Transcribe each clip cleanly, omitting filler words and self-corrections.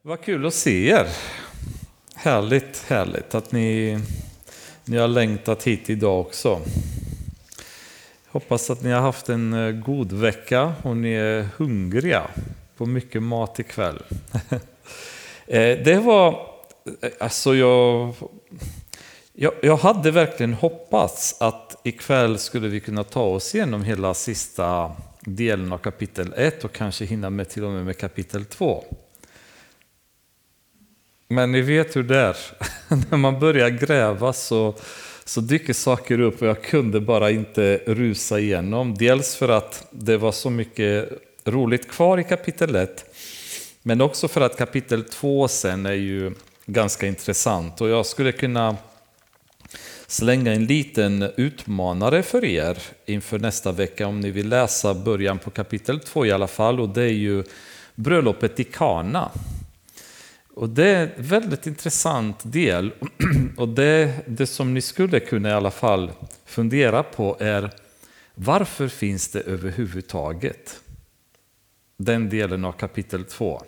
Vad kul att se er. Härligt att ni har längtat hit idag också. Hoppas att ni har haft en god vecka och ni är hungriga på mycket mat ikväll. Det var, alltså jag hade verkligen hoppats att ikväll skulle vi kunna ta oss igenom hela sista delen av kapitel 1 och kanske hinna med till och med kapitel 2. Men ni vet hur det är. När man börjar gräva så dyker saker upp och jag kunde bara inte rusa igenom. Dels för att det var så mycket roligt kvar i kapitel 1. Men också för att kapitel 2 sen är ju ganska intressant. Och jag skulle kunna slänga en liten utmanare för er inför nästa vecka om ni vill läsa början på kapitel 2 i alla fall. Och det är ju bröllopet i Kana. Och det är en väldigt intressant del och det som ni skulle kunna i alla fall fundera på är varför finns det överhuvudtaget den delen av kapitel 2.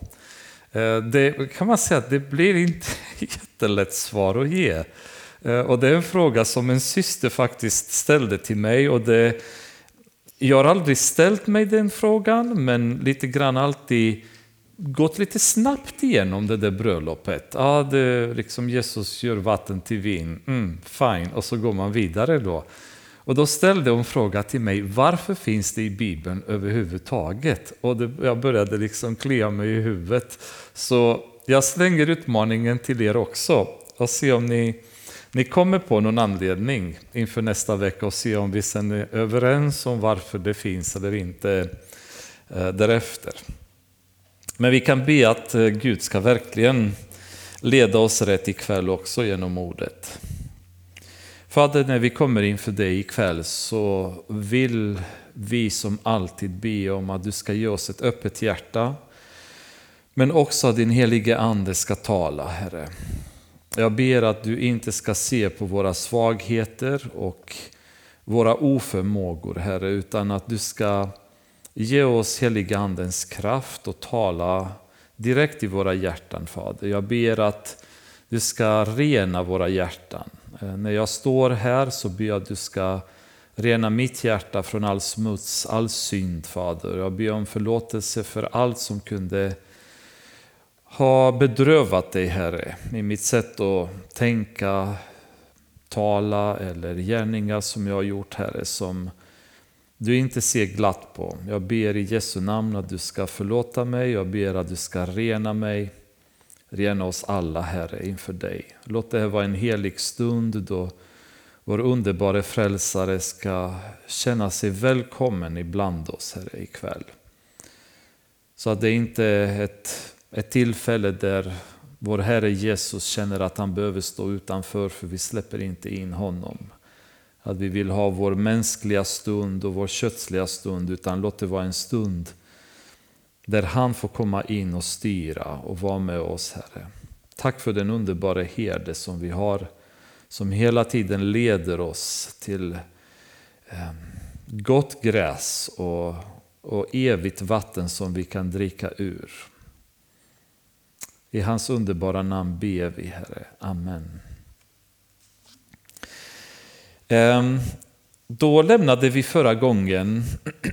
Det kan man säga att det blir inte jättelätt svar att ge. Och det är en fråga som en syster faktiskt ställde till mig och jag har aldrig ställt mig den frågan men lite grann alltid gått lite snabbt igenom det där bröllopet. Ja, det liksom Jesus gör vatten till vin. Fine. Och så går man vidare då. Och då ställde hon fråga till mig, varför finns det i Bibeln överhuvudtaget? Och jag började liksom klia mig i huvudet. Så jag slänger utmaningen till er också. Och se om ni kommer på någon anledning inför nästa vecka och se om vi sen är överens om varför det finns eller inte därefter. Men vi kan be att Gud ska verkligen leda oss rätt ikväll också genom ordet. Fader, när vi kommer inför dig ikväll så vill vi som alltid be om att du ska ge oss ett öppet hjärta. Men också att din helige ande ska tala, Herre. Jag ber att du inte ska se på våra svagheter och våra oförmågor, Herre, utan att du ska ge oss heliga andens kraft och tala direkt i våra hjärtan, Fader. Jag ber att du ska rena våra hjärtan. När jag står här så ber jag att du ska rena mitt hjärta från all smuts, all synd, Fader. Jag ber om förlåtelse för allt som kunde ha bedrövat dig, Herre, i mitt sätt att tänka, tala eller gärningar som jag har gjort, Herre, som du inte ser glatt på. Jag ber i Jesu namn att du ska förlåta mig. Jag ber att du ska rena mig. Rena oss alla, Herre, inför dig. Låt det här vara en helig stund då vår underbara frälsare ska känna sig välkommen ibland oss, Herre, ikväll. Så att det inte är ett tillfälle där vår Herre Jesus känner att han behöver stå utanför för vi släpper inte in honom. Att vi vill ha vår mänskliga stund och vår kötsliga stund, utan låt det vara en stund där han får komma in och styra och vara med oss, Herre. Tack för den underbara herde som vi har, som hela tiden leder oss till gott gräs och evigt vatten som vi kan dricka ur. I hans underbara namn ber vi, Herre. Amen. Då lämnade vi förra gången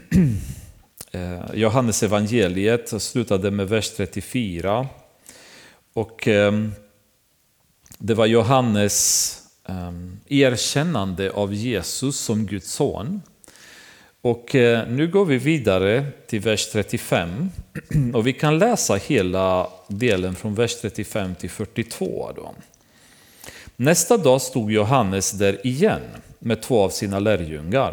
Johannes evangeliet och slutade med vers 34. Och det var Johannes erkännande av Jesus som Guds son. Och nu går vi vidare till vers 35. Och vi kan läsa hela delen från vers 35 till 42 då. Nästa dag stod Johannes där igen med 2 av sina lärjungar.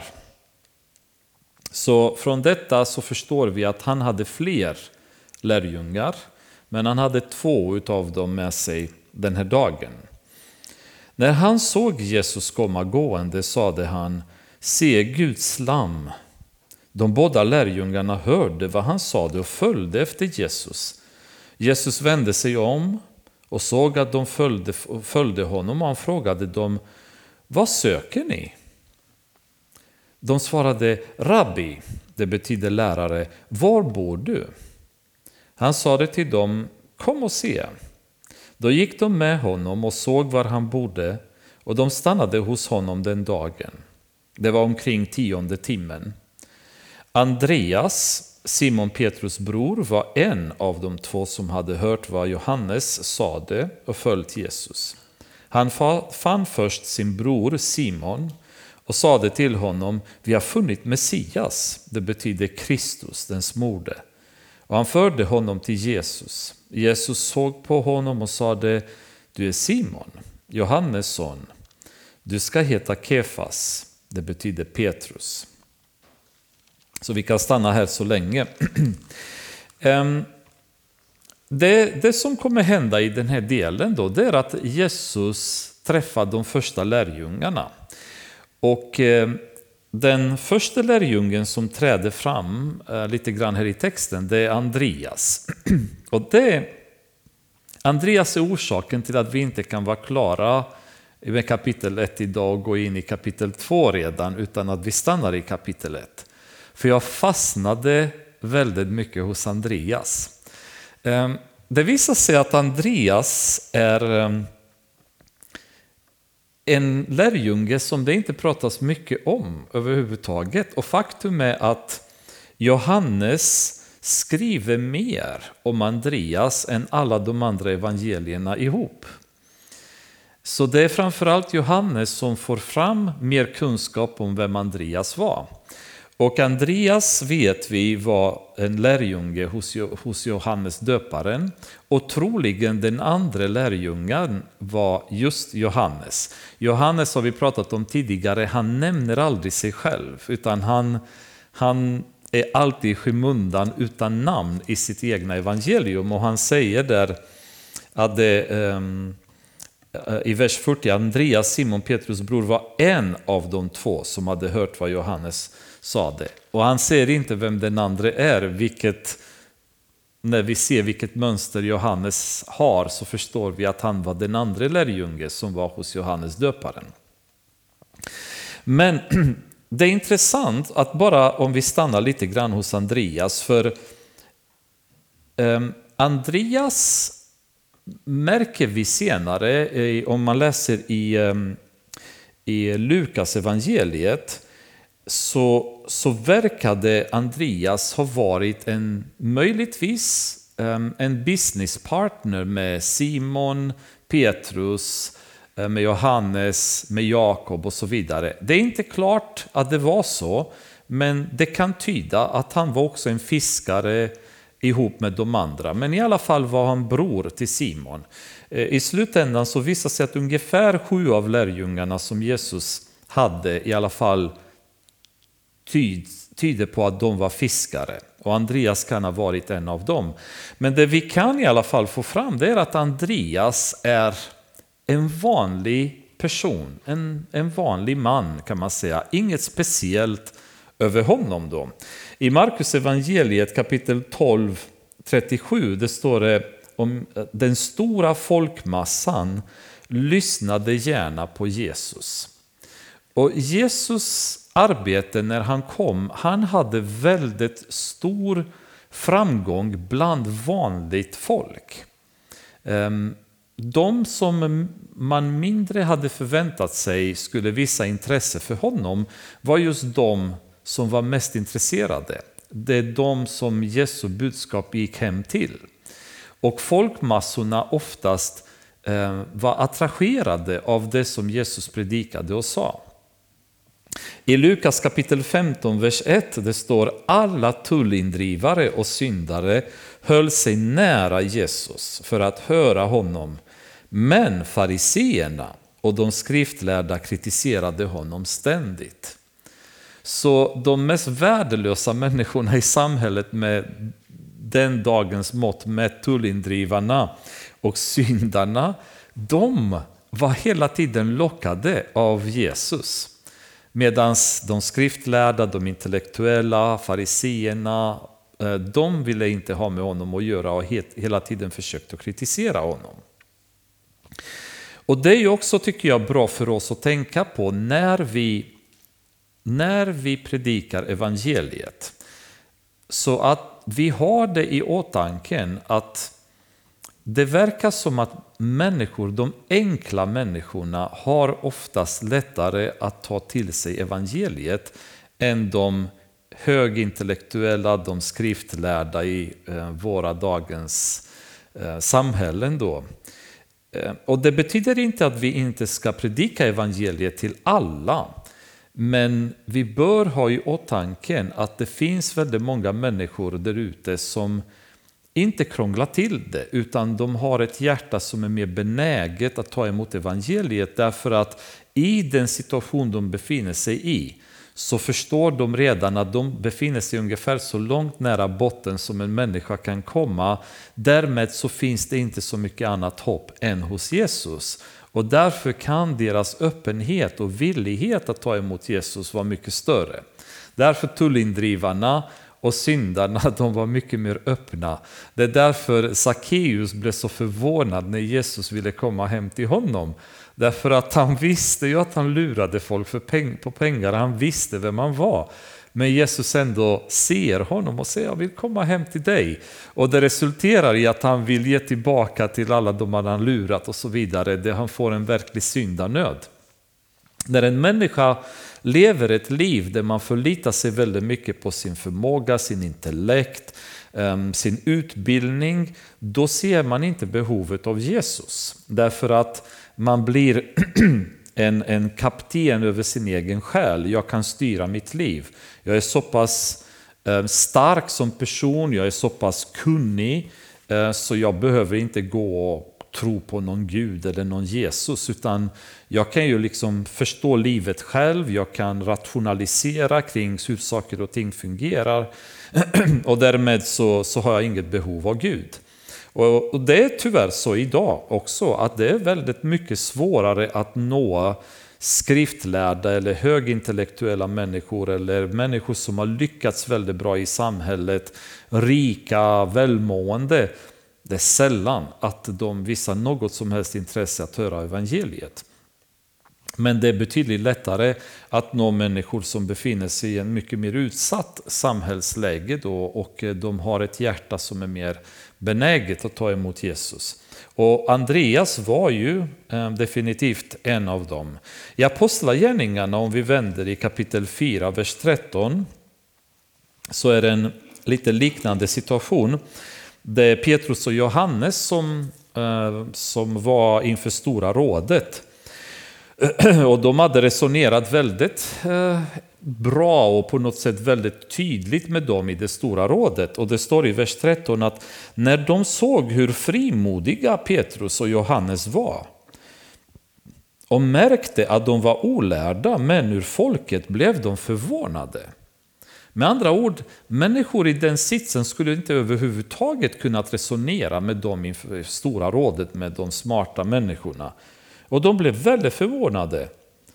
Så från detta så förstår vi att han hade fler lärjungar, men han hade 2 utav dem med sig den här dagen. När han såg Jesus komma gående sade han, se Guds lamm. De båda lärjungarna hörde vad han sade och följde efter Jesus. Jesus vände sig om och såg att de följde honom och han frågade dem, vad söker ni? De svarade, Rabbi, det betyder lärare, var bor du? Han sade till dem, kom och se. Då gick de med honom och såg var han bodde, och de stannade hos honom den dagen. Det var omkring 10:e timmen. Andreas, Simon Petrus bror, var en av de 2 som hade hört vad Johannes sade och följt Jesus. Han fann först sin bror Simon och sade till honom: vi har funnit Messias, det betyder Kristus, den smorde. Och han förde honom till Jesus. Jesus såg på honom och sade: du är Simon, Johannes son. Du ska heta Kefas, det betyder Petrus. Så vi kan stanna här så länge. Det som kommer hända i den här delen då, det är att Jesus träffar de första lärjungarna. Och den första lärjungen som träder fram lite grann här i texten, det är Andreas. Och Andreas är orsaken till att vi inte kan vara klara med kapitel 1 idag och gå in i kapitel 2 redan, utan att vi stannar i kapitel 1. För jag fastnade väldigt mycket hos Andreas. Det visar sig att Andreas är en lärjunge som det inte pratas mycket om överhuvudtaget. Och faktum är att Johannes skriver mer om Andreas än alla de andra evangelierna ihop. Så det är framförallt Johannes som får fram mer kunskap om vem Andreas var. Och Andreas vet vi var en lärjunge hos Johannes döparen, och troligen den andra lärjungen var just Johannes. Johannes har vi pratat om tidigare, han nämner aldrig sig själv, utan han är alltid i skymundan utan namn i sitt egna evangelium, och han säger där att i vers 40, Andreas, Simon Petrus bror, var en av de 2 som hade hört vad Johannes sade. Och han säger inte vem den andra är, vilket när vi ser vilket mönster Johannes har så förstår vi att han var den andra lärjunge som var hos Johannes döparen. Men det är intressant att bara om vi stannar lite grann hos Andreas, för Andreas märker vi senare, om man läser i Lukas evangeliet, så verkade Andreas ha varit möjligtvis en businesspartner med Simon, Petrus, med Johannes, med Jakob och så vidare. Det är inte klart att det var så, men det kan tyda att han var också en fiskare ihop med de andra. Men i alla fall var han bror till Simon. I slutändan så visar sig att ungefär 7 av lärjungarna som Jesus hade i alla fall tyder på att de var fiskare. Och Andreas kan ha varit en av dem. Men det vi kan i alla fall få fram, det är att Andreas är en vanlig person. En vanlig man kan man säga. Inget speciellt över honom då. I Markus evangeliet kapitel 12:37 det står det om den stora folkmassan lyssnade gärna på Jesus. Och Jesus arbete när han kom, han hade väldigt stor framgång bland vanligt folk. De som man mindre hade förväntat sig skulle visa intresse för honom var just de som var mest intresserade. Det är de som Jesu budskap gick hem till. Och folkmassorna oftast var attraherade av det som Jesus predikade och sa. I Lukas kapitel 15, vers 1, det står: alla tullindrivare och syndare höll sig nära Jesus för att höra honom. Men fariseerna och de skriftlärda kritiserade honom ständigt. Så de mest värdelösa människorna i samhället med den dagens mått med tullindrivarna och syndarna, de var hela tiden lockade av Jesus. Medan de skriftlärda, de intellektuella, fariseerna, de ville inte ha med honom att göra och hela tiden försökte kritisera honom. Och det är ju också, tycker jag, bra för oss att tänka på när vi predikar evangeliet. Så att vi har det i åtanke att det verkar som att de enkla människorna har oftast lättare att ta till sig evangeliet än de högintellektuella, de skriftlärda i våra dagens samhällen då. Och det betyder inte att vi inte ska predika evangeliet till alla. Men vi bör ha i åtanke att det finns väldigt många människor där ute som inte krånglar till det, utan de har ett hjärta som är mer benäget att ta emot evangeliet, därför att i den situation de befinner sig i så förstår de redan att de befinner sig ungefär så långt nära botten som en människa kan komma. Därmed så finns det inte så mycket annat hopp än hos Jesus. Och därför kan deras öppenhet och villighet att ta emot Jesus vara mycket större. Därför tullindrivarna och syndarna, de var mycket mer öppna. Det är därför Zacchaeus blev så förvånad när Jesus ville komma hem till honom. Därför att han visste ju att han lurade folk på pengar. Han visste vem han var. Men Jesus ändå ser honom och säger: jag vill komma hem till dig. Och det resulterar i att han vill ge tillbaka till alla de han lurat och så vidare. Där han får en verklig syndanöd. När en människa lever ett liv där man förlitar sig väldigt mycket på sin förmåga, sin intellekt, sin utbildning, då ser man inte behovet av Jesus. Därför att man blir en kapten över sin egen själ. Jag kan styra mitt liv. Jag är så pass stark som person, jag är så pass kunnig, så jag behöver inte gå och tro på någon Gud eller någon Jesus, utan jag kan ju liksom förstå livet själv, jag kan rationalisera kring hur saker och ting fungerar och därmed så har jag inget behov av Gud. Och det är tyvärr så idag också, att det är väldigt mycket svårare att nå skriftlärda eller högintellektuella människor eller människor som har lyckats väldigt bra i samhället, rika, välmående. Det är sällan att de visar något som helst intresse att höra evangeliet. Men det är betydligt lättare att nå människor som befinner sig i en mycket mer utsatt samhällsläge då, och de har ett hjärta som är mer benäget att ta emot Jesus. Och Andreas var ju definitivt en av dem. I Apostlagärningarna, om vi vänder i kapitel 4, vers 13, så är det en lite liknande situation. Det är Petrus och Johannes som var inför Stora rådet. Och de hade resonerat väldigt bra och på något sätt väldigt tydligt med dem i det Stora rådet. Och det står i vers 13 att när de såg hur frimodiga Petrus och Johannes var och märkte att de var olärda men ur folket, blev de förvånade. Med andra ord, människor i den sitsen skulle inte överhuvudtaget kunnat resonera med dem inför Stora rådet, med de smarta människorna. Och de blev väldigt förvånade.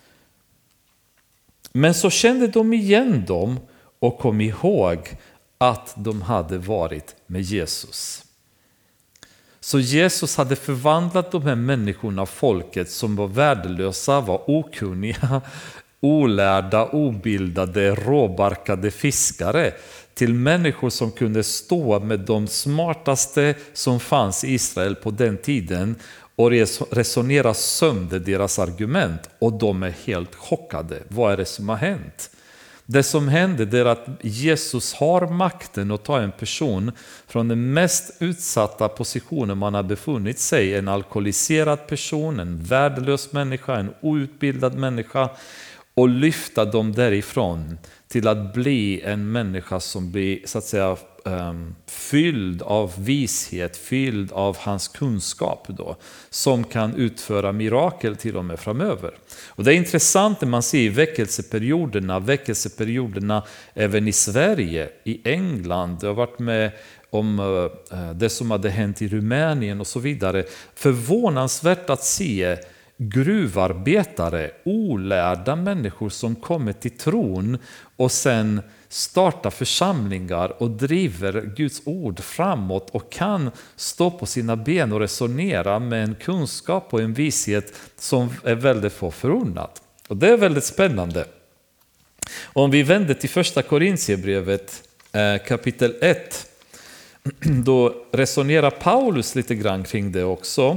Men så kände de igen dem och kom ihåg att de hade varit med Jesus. Så Jesus hade förvandlat de här människorna, folket som var värdelösa, var okunniga, olärda, obildade, råbarkade fiskare, till människor som kunde stå med de smartaste som fanns i Israel på den tiden och resonera sönder deras argument. Och de är helt chockade. Vad är det som har hänt? Det som hände är att Jesus har makten att ta en person från den mest utsatta positionen man har befunnit sig, en alkoholiserad person, en värdelös människa, en outbildad människa, och lyfta dem därifrån till att bli en människa som blir så att säga fylld av vishet, fylld av hans kunskap då, som kan utföra mirakel till och med framöver. Och det är intressant när man ser väckelseperioderna även i Sverige, i England. Jag har varit med om det som hade hänt i Rumänien och så vidare. Förvånansvärt att se gruvarbetare, olärda människor som kommer till tron och sen startar församlingar och driver Guds ord framåt och kan stå på sina ben och resonera med en kunskap och en vishet som är väldigt få förunnat. Och det är väldigt spännande. Om vi vänder till första Korintierbrevet kapitel 1 då resonerar Paulus lite grann kring det också.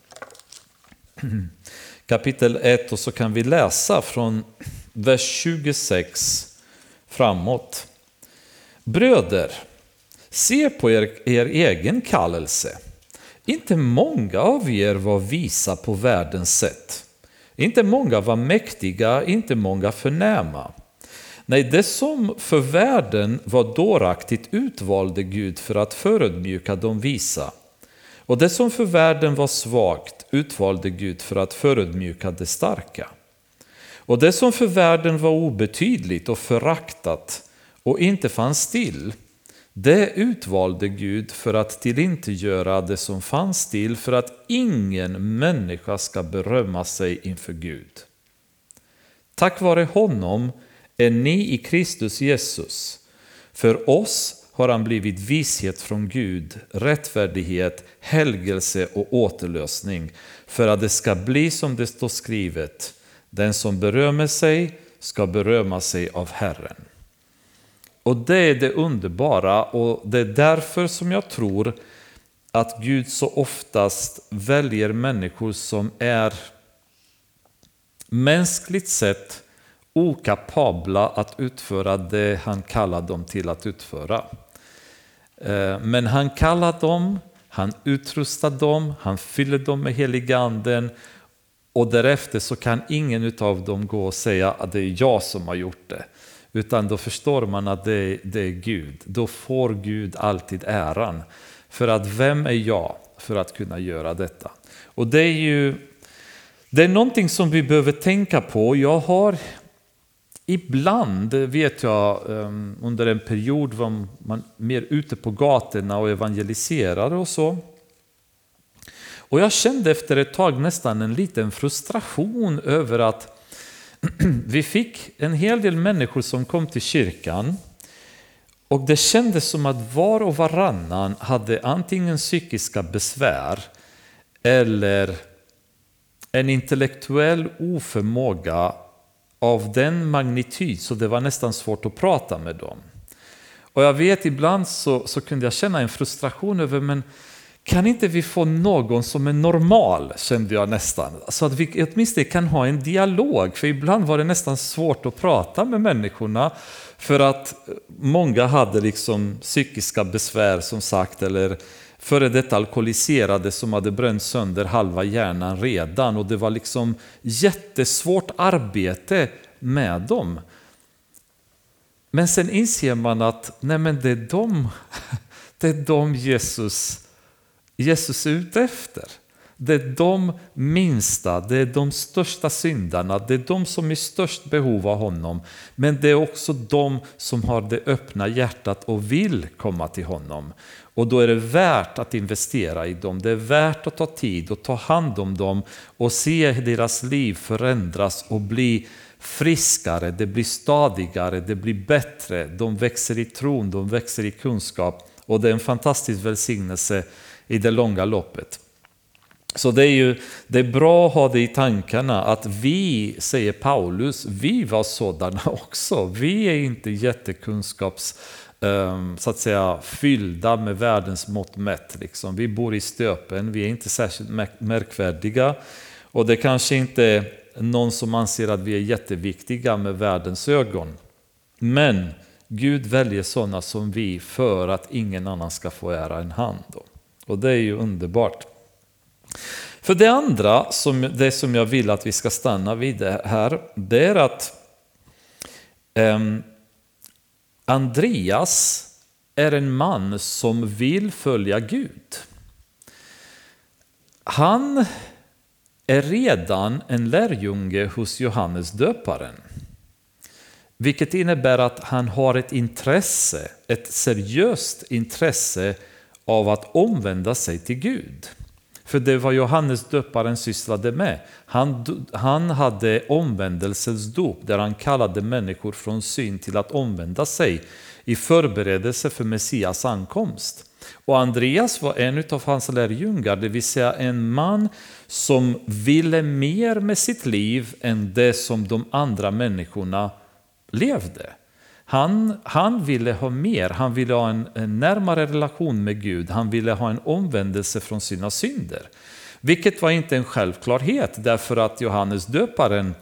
Kapitel 1, och så kan vi läsa från vers 26 framåt. Bröder, se på er egen kallelse. Inte många av er var visa på världens sätt. Inte många var mäktiga, inte många förnäma. Nej, det som för världen var dåraktigt utvalde Gud för att förödmjuka de visa. Och det som för världen var svagt utvalde Gud för att förödmjuka det starka. Och det som för världen var obetydligt och föraktat och inte fanns till, det utvalde Gud för att tillintetgöra det som fanns till, för att ingen människa ska berömma sig inför Gud. Tack vare honom är ni i Kristus Jesus. För oss har han blivit vishet från Gud, rättfärdighet, helgelse och återlösning, för att det ska bli som det står skrivet: den som berömmer sig ska berömma sig av Herren. Och det är det underbara, och det är därför som jag tror att Gud så oftast väljer människor som är mänskligt sett okapabla att utföra det han kallar dem till att utföra. Men han kallar dem, han utrustar dem, han fyller dem med heliga anden, och därefter så kan ingen av dem gå och säga att det är jag som har gjort det. Utan då förstår man att det är Gud. Då får Gud alltid äran. För att vem är jag för att kunna göra detta? Och det är någonting som vi behöver tänka på. Jag har ibland, vet jag, under en period var man mer ute på gatorna och evangeliserade och så. Och jag kände efter ett tag nästan en liten frustration över att vi fick en hel del människor som kom till kyrkan, och det kändes som att var och varannan hade antingen psykiska besvär eller en intellektuell oförmåga av den magnitud så det var nästan svårt att prata med dem. Och jag vet, ibland så kunde jag känna en frustration över, men kan inte vi få någon som är normal, kände jag nästan. Så att vi åtminstone kan ha en dialog. För ibland var det nästan svårt att prata med människorna. För att många hade liksom psykiska besvär, som sagt. Eller före detta alkoholiserade som hade bränt sönder halva hjärnan redan. Och det var liksom jättesvårt arbete med dem. Men sen inser man att nej, men det är de Jesus är ute efter. Det är de minsta, det är de största syndarna, det är de som är störst behov av honom. Men det är också de som har det öppna hjärtat och vill komma till honom. Och då är det värt att investera i dem. Det är värt att ta tid och ta hand om dem och se deras liv förändras och bli friskare, det blir stadigare, det blir bättre. De växer i tron, de växer i kunskap, och det är en fantastisk välsignelse i det långa loppet. Så det är bra att ha det i tankarna att vi, säger Paulus, vi var sådana också. Vi är inte jättekunskaps så att säga fyllda med världens mått mätt. Liksom. Vi bor i stöpen, vi är inte särskilt märkvärdiga, och det kanske inte är någon som anser att vi är jätteviktiga med världens ögon. Men Gud väljer sådana som vi för att ingen annan ska få ära än han då. Och det är ju underbart. För det andra, det som jag vill att vi ska stanna vid det här, det är att Andreas är en man som vill följa Gud. Han är redan en lärjunge hos Johannes döparen. Vilket innebär att han har ett seriöst intresse av att omvända sig till Gud. För det var Johannes döparen sysslade med. Han hade omvändelsens dop där han kallade människor från synd till att omvända sig i förberedelse för Messias ankomst. Och Andreas var en av hans lärjungar, det vill säga en man som ville mer med sitt liv än det som de andra människorna levde. Han ville ha mer, han ville ha en närmare relation med Gud, han ville ha en omvändelse från sina synder. Vilket var inte en självklarhet, därför att Johannes döparen,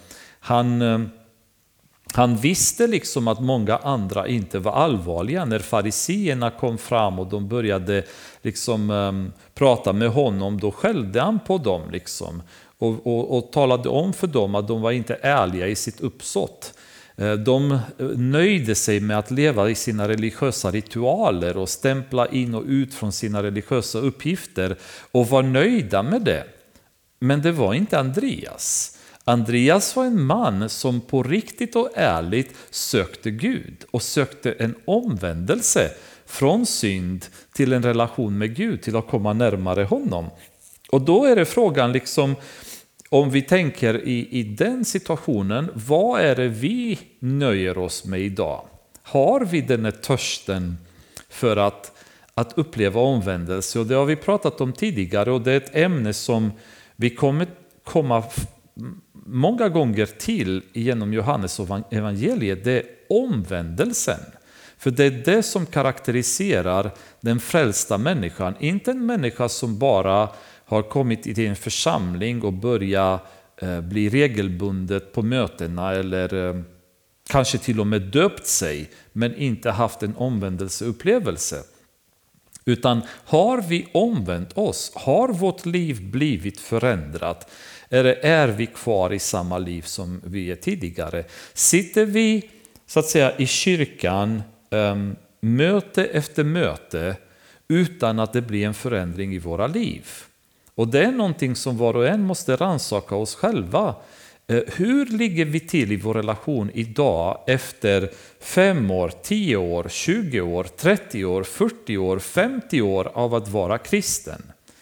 han visste liksom att många andra inte var allvarliga. När fariseerna kom fram och de började liksom prata med honom, då skällde han på dem liksom. Och talade om för dem att de var inte ärliga i sitt uppsåt. De nöjde sig med att leva i sina religiösa ritualer och stämpla in och ut från sina religiösa uppgifter och var nöjda med det. Men det var inte Andreas. Andreas var en man som på riktigt och ärligt sökte Gud och sökte en omvändelse från synd till en relation med Gud, till att komma närmare honom. Och då är det frågan liksom, om vi tänker i den situationen, vad är det vi nöjer oss med idag? Har vi den här törsten för att uppleva omvändelse? Och det har vi pratat om tidigare, och det är ett ämne som vi kommer komma många gånger till genom Johannes evangeliet. Det är omvändelsen. För det är det som karaktäriserar den frälsta människan. Inte en människa som bara har kommit till en församling och börjat bli regelbundet på mötena, eller kanske till och med döpt sig men inte haft en omvändelseupplevelse. Utan har vi omvänt oss, har vårt liv blivit förändrat, eller är vi kvar i samma liv som vi är tidigare? Sitter vi så att säga i kyrkan möte efter möte utan att det blir en förändring i våra liv? Och det är någonting som var och en måste rannsaka oss själva. Hur ligger vi till i vår relation idag efter 5 år, 10 år, 20 år, 30 år, 40 år, 50 år av att vara kristen?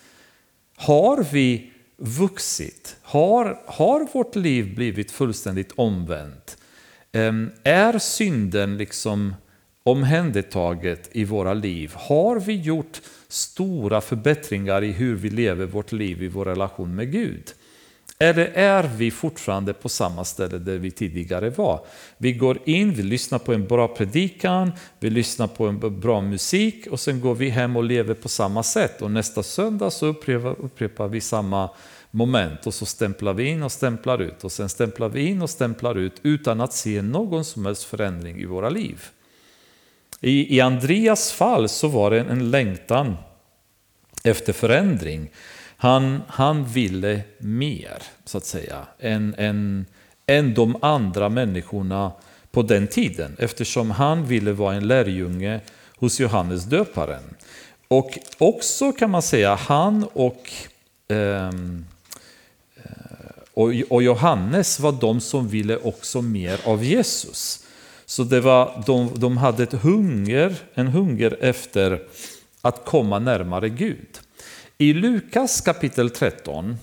Har vi vuxit? Har vårt liv blivit fullständigt omvänt? Är synden liksom omhändertaget i våra liv? Har vi gjort stora förbättringar i hur vi lever vårt liv i vår relation med Gud? Eller är vi fortfarande på samma ställe där vi tidigare var? Vi går in, vi lyssnar på en bra predikan, vi lyssnar på en bra musik, och sen går vi hem och lever på samma sätt. Och nästa söndag så upprepar vi samma moment, och så stämplar vi in och stämplar ut. Och sen stämplar vi in och stämplar ut utan att se någon som helst förändring i våra liv. I Andreas fall så var det en längtan efter förändring. Han ville mer, så att säga, än de andra människorna på den tiden, eftersom han ville vara en lärjunge hos Johannes döparen. Och också kan man säga han och Johannes var de som ville också mer av Jesus. Så det var, de hade en hunger efter att komma närmare Gud. I Lukas kapitel 13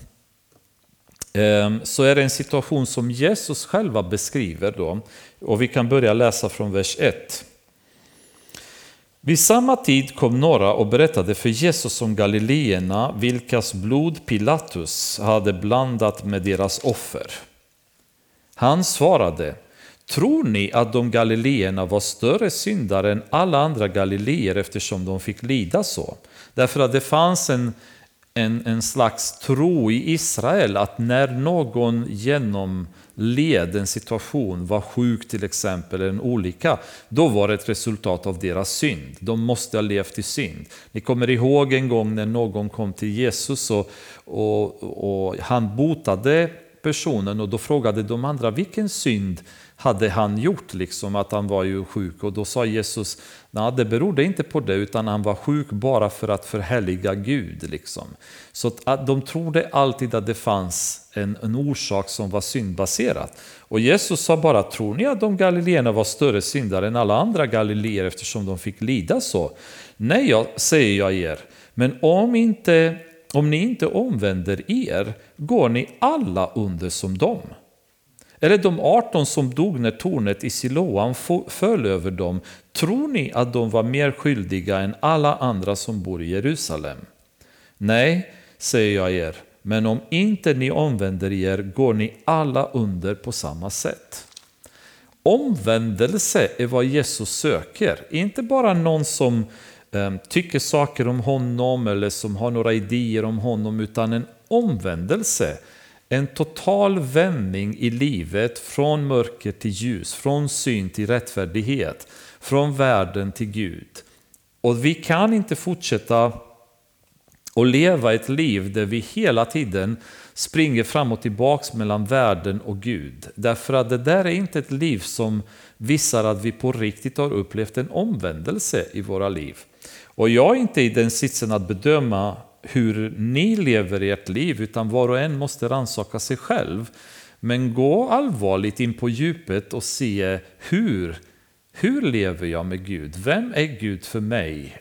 så är det en situation som Jesus själva beskriver då. Och vi kan börja läsa från vers 1. Vid samma tid kom några och berättade för Jesus om galileerna, vilkas blod Pilatus hade blandat med deras offer. Han svarade: tror ni att de galileerna var större syndare än alla andra galileer eftersom de fick lida så? Därför att det fanns en slags tro i Israel att när någon genomled en situation, var sjuk till exempel, eller en olycka, då var det ett resultat av deras synd. De måste ha levt i synd. Ni kommer ihåg en gång när någon kom till Jesus och han botade personen, och då frågade de andra vilken synd hade han gjort, liksom att han var ju sjuk, och då sa Jesus: nej, det berodde inte på det, utan han var sjuk bara för att förhärliga Gud liksom. Så att de trodde alltid att det fanns en orsak som var syndbaserad. Och Jesus sa bara: tror ni att de galileerna var större syndare än alla andra galileer eftersom de fick lida så? Nej, säger jag er, men om ni inte omvänder er, går ni alla under som dem. Eller de 18 som dog när tornet i Siloam föll över dem, tror ni att de var mer skyldiga än alla andra som bor i Jerusalem? Nej, säger jag er, men om inte ni omvänder er, går ni alla under på samma sätt. Omvändelse är vad Jesus söker. Inte bara någon som tycker saker om honom eller som har några idéer om honom, utan en omvändelse. En total vändning i livet från mörker till ljus, från synd till rättfärdighet, från världen till Gud. Och vi kan inte fortsätta att leva ett liv där vi hela tiden springer fram och tillbaks mellan världen och Gud. Därför att det där är inte ett liv som visar att vi på riktigt har upplevt en omvändelse i våra liv. Och jag är inte i den sitsen att bedöma hur ni lever i ert liv, utan var och en måste rannsaka sig själv. Men gå allvarligt in på djupet och se hur lever jag med Gud? Vem är Gud för mig?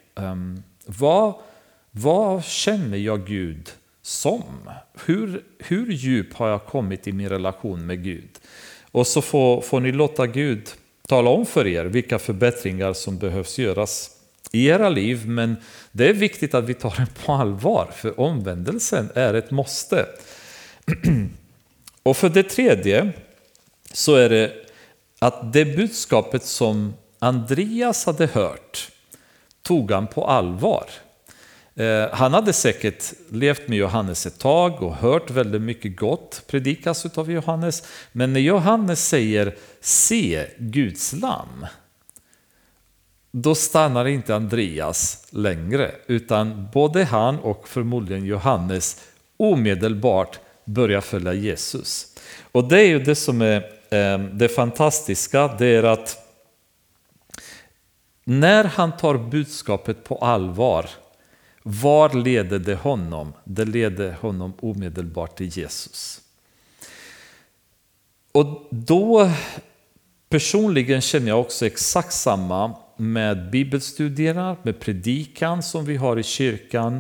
Vad känner jag Gud som? Hur djup har jag kommit i min relation med Gud? Och så får ni låta Gud tala om för er vilka förbättringar som behövs göras i era liv. Men det är viktigt att vi tar den på allvar, för omvändelsen är ett måste. Och för det tredje så är det att det budskapet som Andreas hade hört tog han på allvar. Han hade säkert levt med Johannes ett tag och hört väldigt mycket gott predikas av Johannes. Men när Johannes säger se Guds lamm, då stannar inte Andreas längre, utan både han och förmodligen Johannes omedelbart börjar följa Jesus. Och det är ju det som är det fantastiska, det är att när han tar budskapet på allvar, var leder det honom? Det leder honom omedelbart till Jesus. Och då personligen känner jag också exakt samma med bibelstudierna, med predikan som vi har i kyrkan.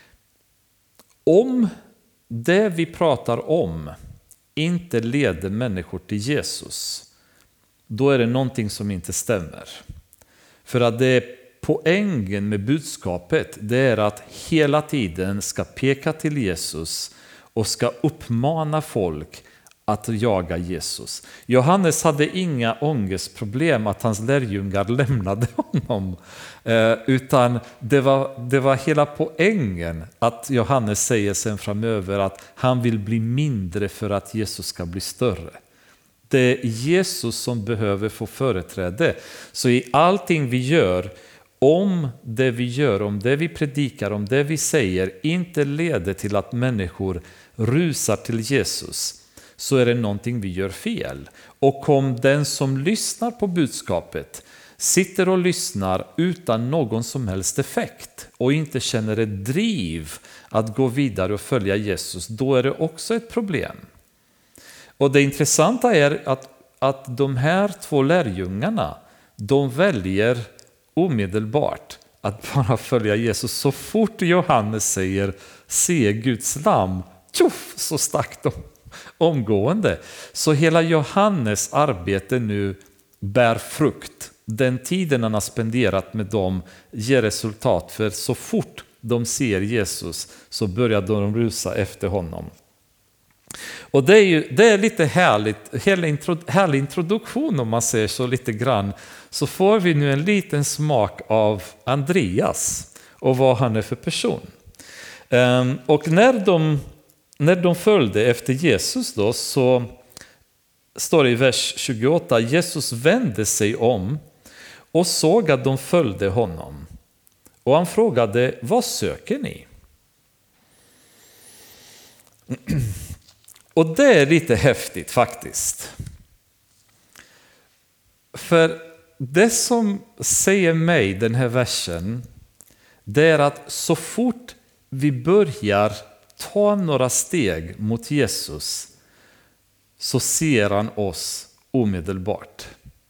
Om det vi pratar om inte leder människor till Jesus, då är det någonting som inte stämmer. För att det är poängen med budskapet, det är att hela tiden ska peka till Jesus och ska uppmana folk att jaga Jesus. Johannes hade inga ångestproblem att hans lärjungar lämnade honom, utan det var hela poängen att Johannes säger sen framöver att han vill bli mindre för att Jesus ska bli större. Det är Jesus som behöver få företräde. Så i allting vi gör, om det vi predikar, om det vi säger inte leder till att människor rusar till Jesus, så är det någonting vi gör fel. Och om den som lyssnar på budskapet sitter och lyssnar utan någon som helst effekt och inte känner ett driv att gå vidare och följa Jesus, då är det också ett problem. Och det intressanta är att de här två lärjungarna, de väljer omedelbart att bara följa Jesus. Så fort Johannes säger se Guds lamm, tjoff, så stack de omgående. Så hela Johannes arbete nu bär frukt. Den tiden han har spenderat med dem ger resultat, för så fort de ser Jesus så börjar de rusa efter honom. Och det är lite härlig introduktion, om man säger så lite grann. Så får vi nu en liten smak av Andreas och vad han är för person. Och när de följde efter Jesus då, så står det i vers 28, Jesus vände sig om och såg att de följde honom. Och han frågade, vad söker ni? Och det är lite häftigt faktiskt. För det som säger mig den här versen, det är att så fort vi börjar ta några steg mot Jesus, så ser han oss omedelbart.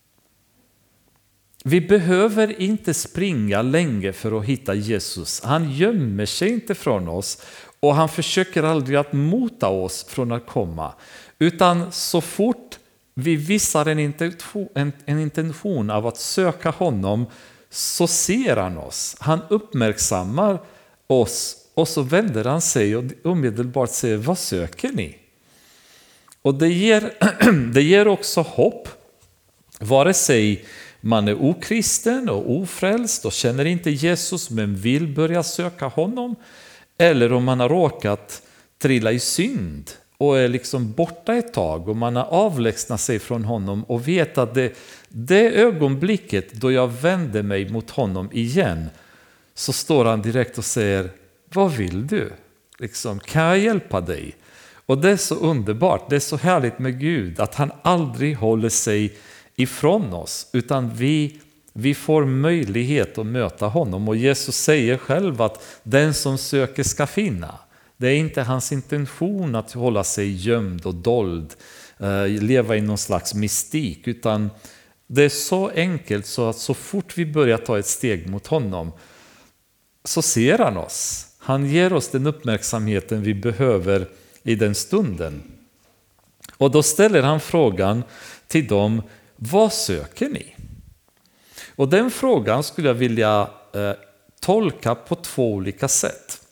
Vi behöver inte springa länge för att hitta Jesus. Han gömmer sig inte från oss. Och han försöker aldrig att mota oss från att komma. Utan så fort vi visar en intention av att söka honom, så ser han oss. Han uppmärksammar oss och så vänder han sig och omedelbart säger, vad söker ni? Och det ger också hopp. Vare sig man är okristen och ofrälst och känner inte Jesus men vill börja söka honom, eller om man har råkat trilla i synd och är liksom borta ett tag och man har avlägsnat sig från honom och vet att det ögonblicket då jag vänder mig mot honom igen, så står han direkt och säger: vad vill du? Liksom, kan jag hjälpa dig? Och det är så underbart, det är så härligt med Gud att han aldrig håller sig ifrån oss, utan vi får möjlighet att möta honom. Och Jesus säger själv att den som söker ska finna. Det är inte hans intention att hålla sig gömd och dold, leva i någon slags mystik, utan det är så enkelt så att så fort vi börjar ta ett steg mot honom så ser han oss. Han ger oss den uppmärksamheten vi behöver i den stunden. Och då ställer han frågan till dem: vad söker ni? Och den frågan skulle jag vilja tolka på två olika sätt.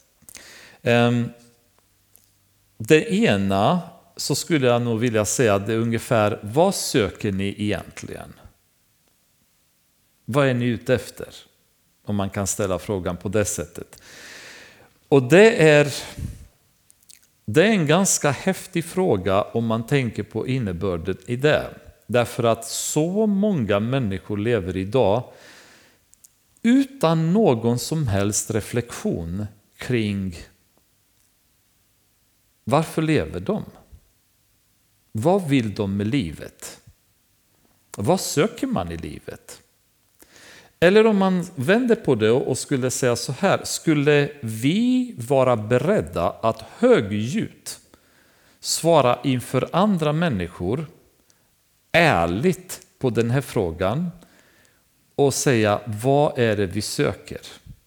Det ena så skulle jag nog vilja säga att det är ungefär: vad söker ni egentligen? Vad är ni ute efter? Om man kan ställa frågan på det sättet. Och det är en ganska häftig fråga om man tänker på innebörden i det. Därför att så många människor lever idag utan någon som helst reflektion kring varför lever de? Vad vill de med livet? Vad söker man i livet? Eller om man vänder på det och skulle säga så här: skulle vi vara beredda att högljutt svara inför andra människor ärligt på den här frågan och säga: vad är det vi söker?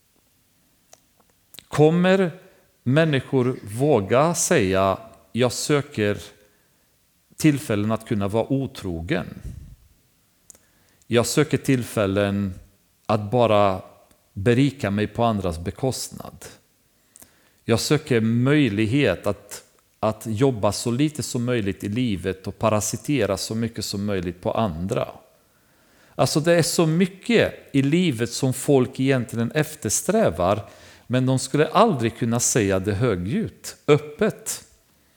Kommer människor våga säga: jag söker tillfällen att kunna vara otrogen. Jag söker tillfällen att bara berika mig på andras bekostnad. Jag söker möjlighet att jobba så lite som möjligt i livet och parasitera så mycket som möjligt på andra. Alltså det är så mycket i livet som folk egentligen eftersträvar, men de skulle aldrig kunna säga det högljutt, öppet.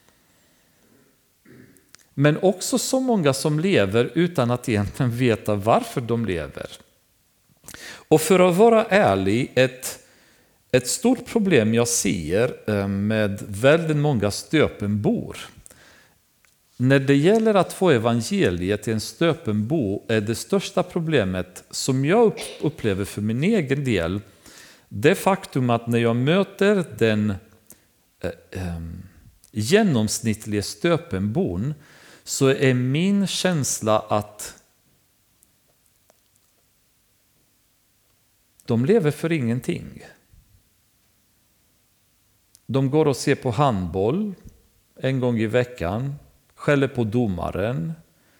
Men också så många som lever utan att egentligen veta varför de lever. Och för att vara ärlig, ett stort problem jag ser med väldigt många stöpenbor. När det gäller att få evangeliet till en stöpenbo är det största problemet som jag upplever för min egen del det faktum att när jag möter den genomsnittliga stöpenbon så är min känsla att de lever för ingenting. De går och ser på handboll en gång i veckan, skäller på domaren,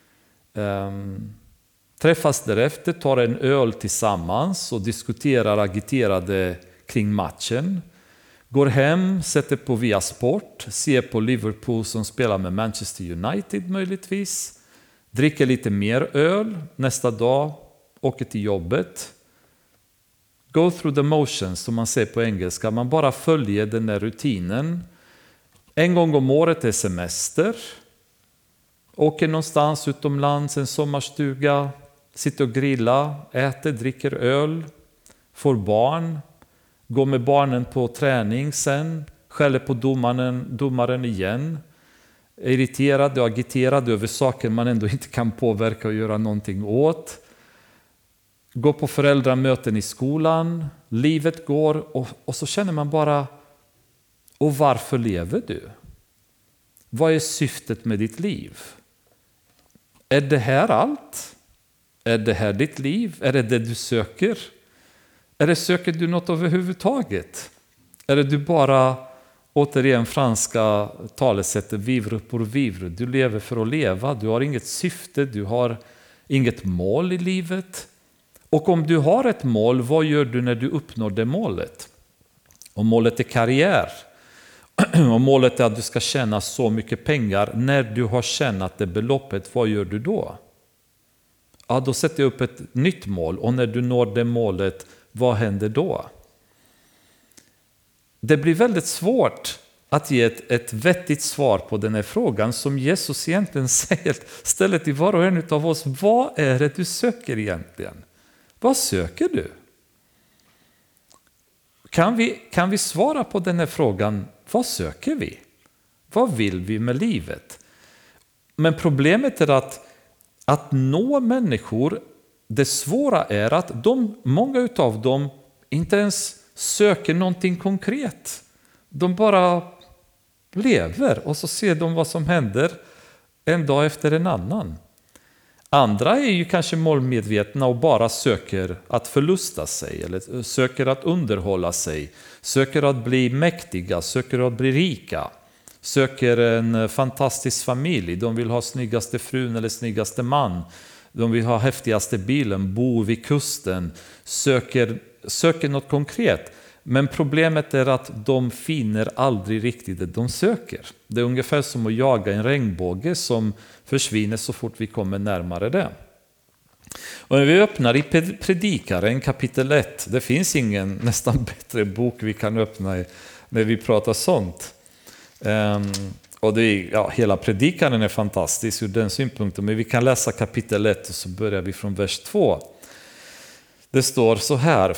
träffas därefter, tar en öl tillsammans och diskuterar agiterade kring matchen. Går hem, sätter på via sport, ser på Liverpool som spelar med Manchester United möjligtvis. Dricker lite mer öl, nästa dag åker till jobbet. Go through the motions som man säger på engelska. Man bara följer den här rutinen. En gång om året är semester. Åker någonstans utomlands, en sommarstuga. Sitter och grillar, äter, dricker öl. Får barn. Går med barnen på träning sen. Skäller på domaren igen. Är irriterad och agiterad över saker man ändå inte kan påverka och göra någonting åt. Går på föräldramöten i skolan. Livet går och så känner man bara: och varför lever du? Vad är syftet med ditt liv? Är det här allt? Är det här ditt liv? Är det det du söker? Eller söker du något överhuvudtaget? Eller du bara, återigen franska talesättet, vivre pour vivre. Du lever för att leva. Du har inget syfte. Du har inget mål i livet. Och om du har ett mål, vad gör du när du uppnår det målet? Om målet är karriär, om målet är att du ska tjäna så mycket pengar, när du har tjänat det beloppet, vad gör du då? ja, då sätter jag upp ett nytt mål. Och när du når det målet, vad händer då? Det blir väldigt svårt att ge ett vettigt svar på den här frågan som Jesus egentligen ställer till var och en av oss. Vad är det du söker egentligen? Vad söker du? Kan vi svara på den här frågan? Vad söker vi? Vad vill vi med livet? Men problemet är att nå människor, det svåra är att många av dem inte ens söker någonting konkret. De bara lever och så ser de vad som händer en dag efter en annan. Andra är ju kanske målmedvetna och bara söker att förlusta sig eller söker att underhålla sig, söker att bli mäktiga, söker att bli rika, söker en fantastisk familj, de vill ha snyggaste frun eller snyggaste man, de vill ha häftigaste bilen, bo vid kusten, söker något konkret. Men problemet är att de finner aldrig riktigt det de söker. Det är ungefär som att jaga en regnbåge som försvinner så fort vi kommer närmare det. Och när vi öppnar i Predikaren kapitel 1, det finns ingen nästan bättre bok vi kan öppna när vi pratar sånt. Och hela Predikaren är fantastisk ur den synpunkten, men vi kan läsa kapitel 1 och så börjar vi från vers 2. Det står så här: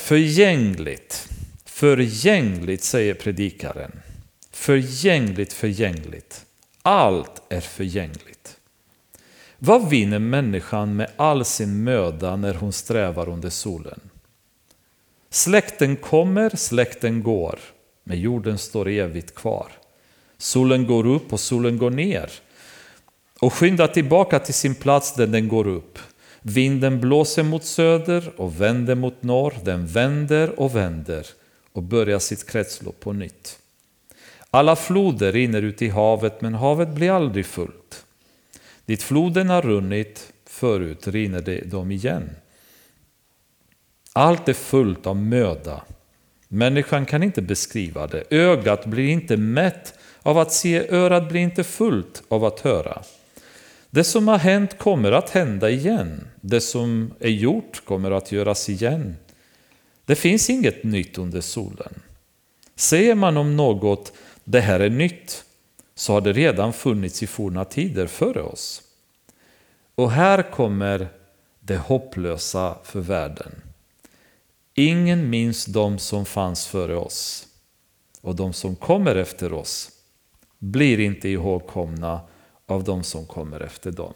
Förgängligt, säger predikaren. Förgängligt. Allt är förgängligt. Vad vinner människan med all sin möda när hon strävar under solen? Släkten kommer, släkten går, men jorden står evigt kvar. Solen går upp och solen går ner och skyndar tillbaka till sin plats där den går upp. Vinden blåser mot söder och vänder mot norr, den vänder och börjar sitt kretslopp på nytt. Alla floder rinner ut i havet, men havet blir aldrig fullt. Dit floden har runnit förut rinner de igen. Allt är fullt av möda. Människan kan inte beskriva det. Ögat blir inte mätt av att se, örat blir inte fullt av att höra. Det som har hänt kommer att hända igen. Det som är gjort kommer att göras igen. Det finns inget nytt under solen. Säger man om något, det här är nytt, så har det redan funnits i forna tider före oss. Och här kommer det hopplösa för världen. Ingen minns de som fanns före oss, och de som kommer efter oss blir inte ihågkomna av de som kommer efter dem.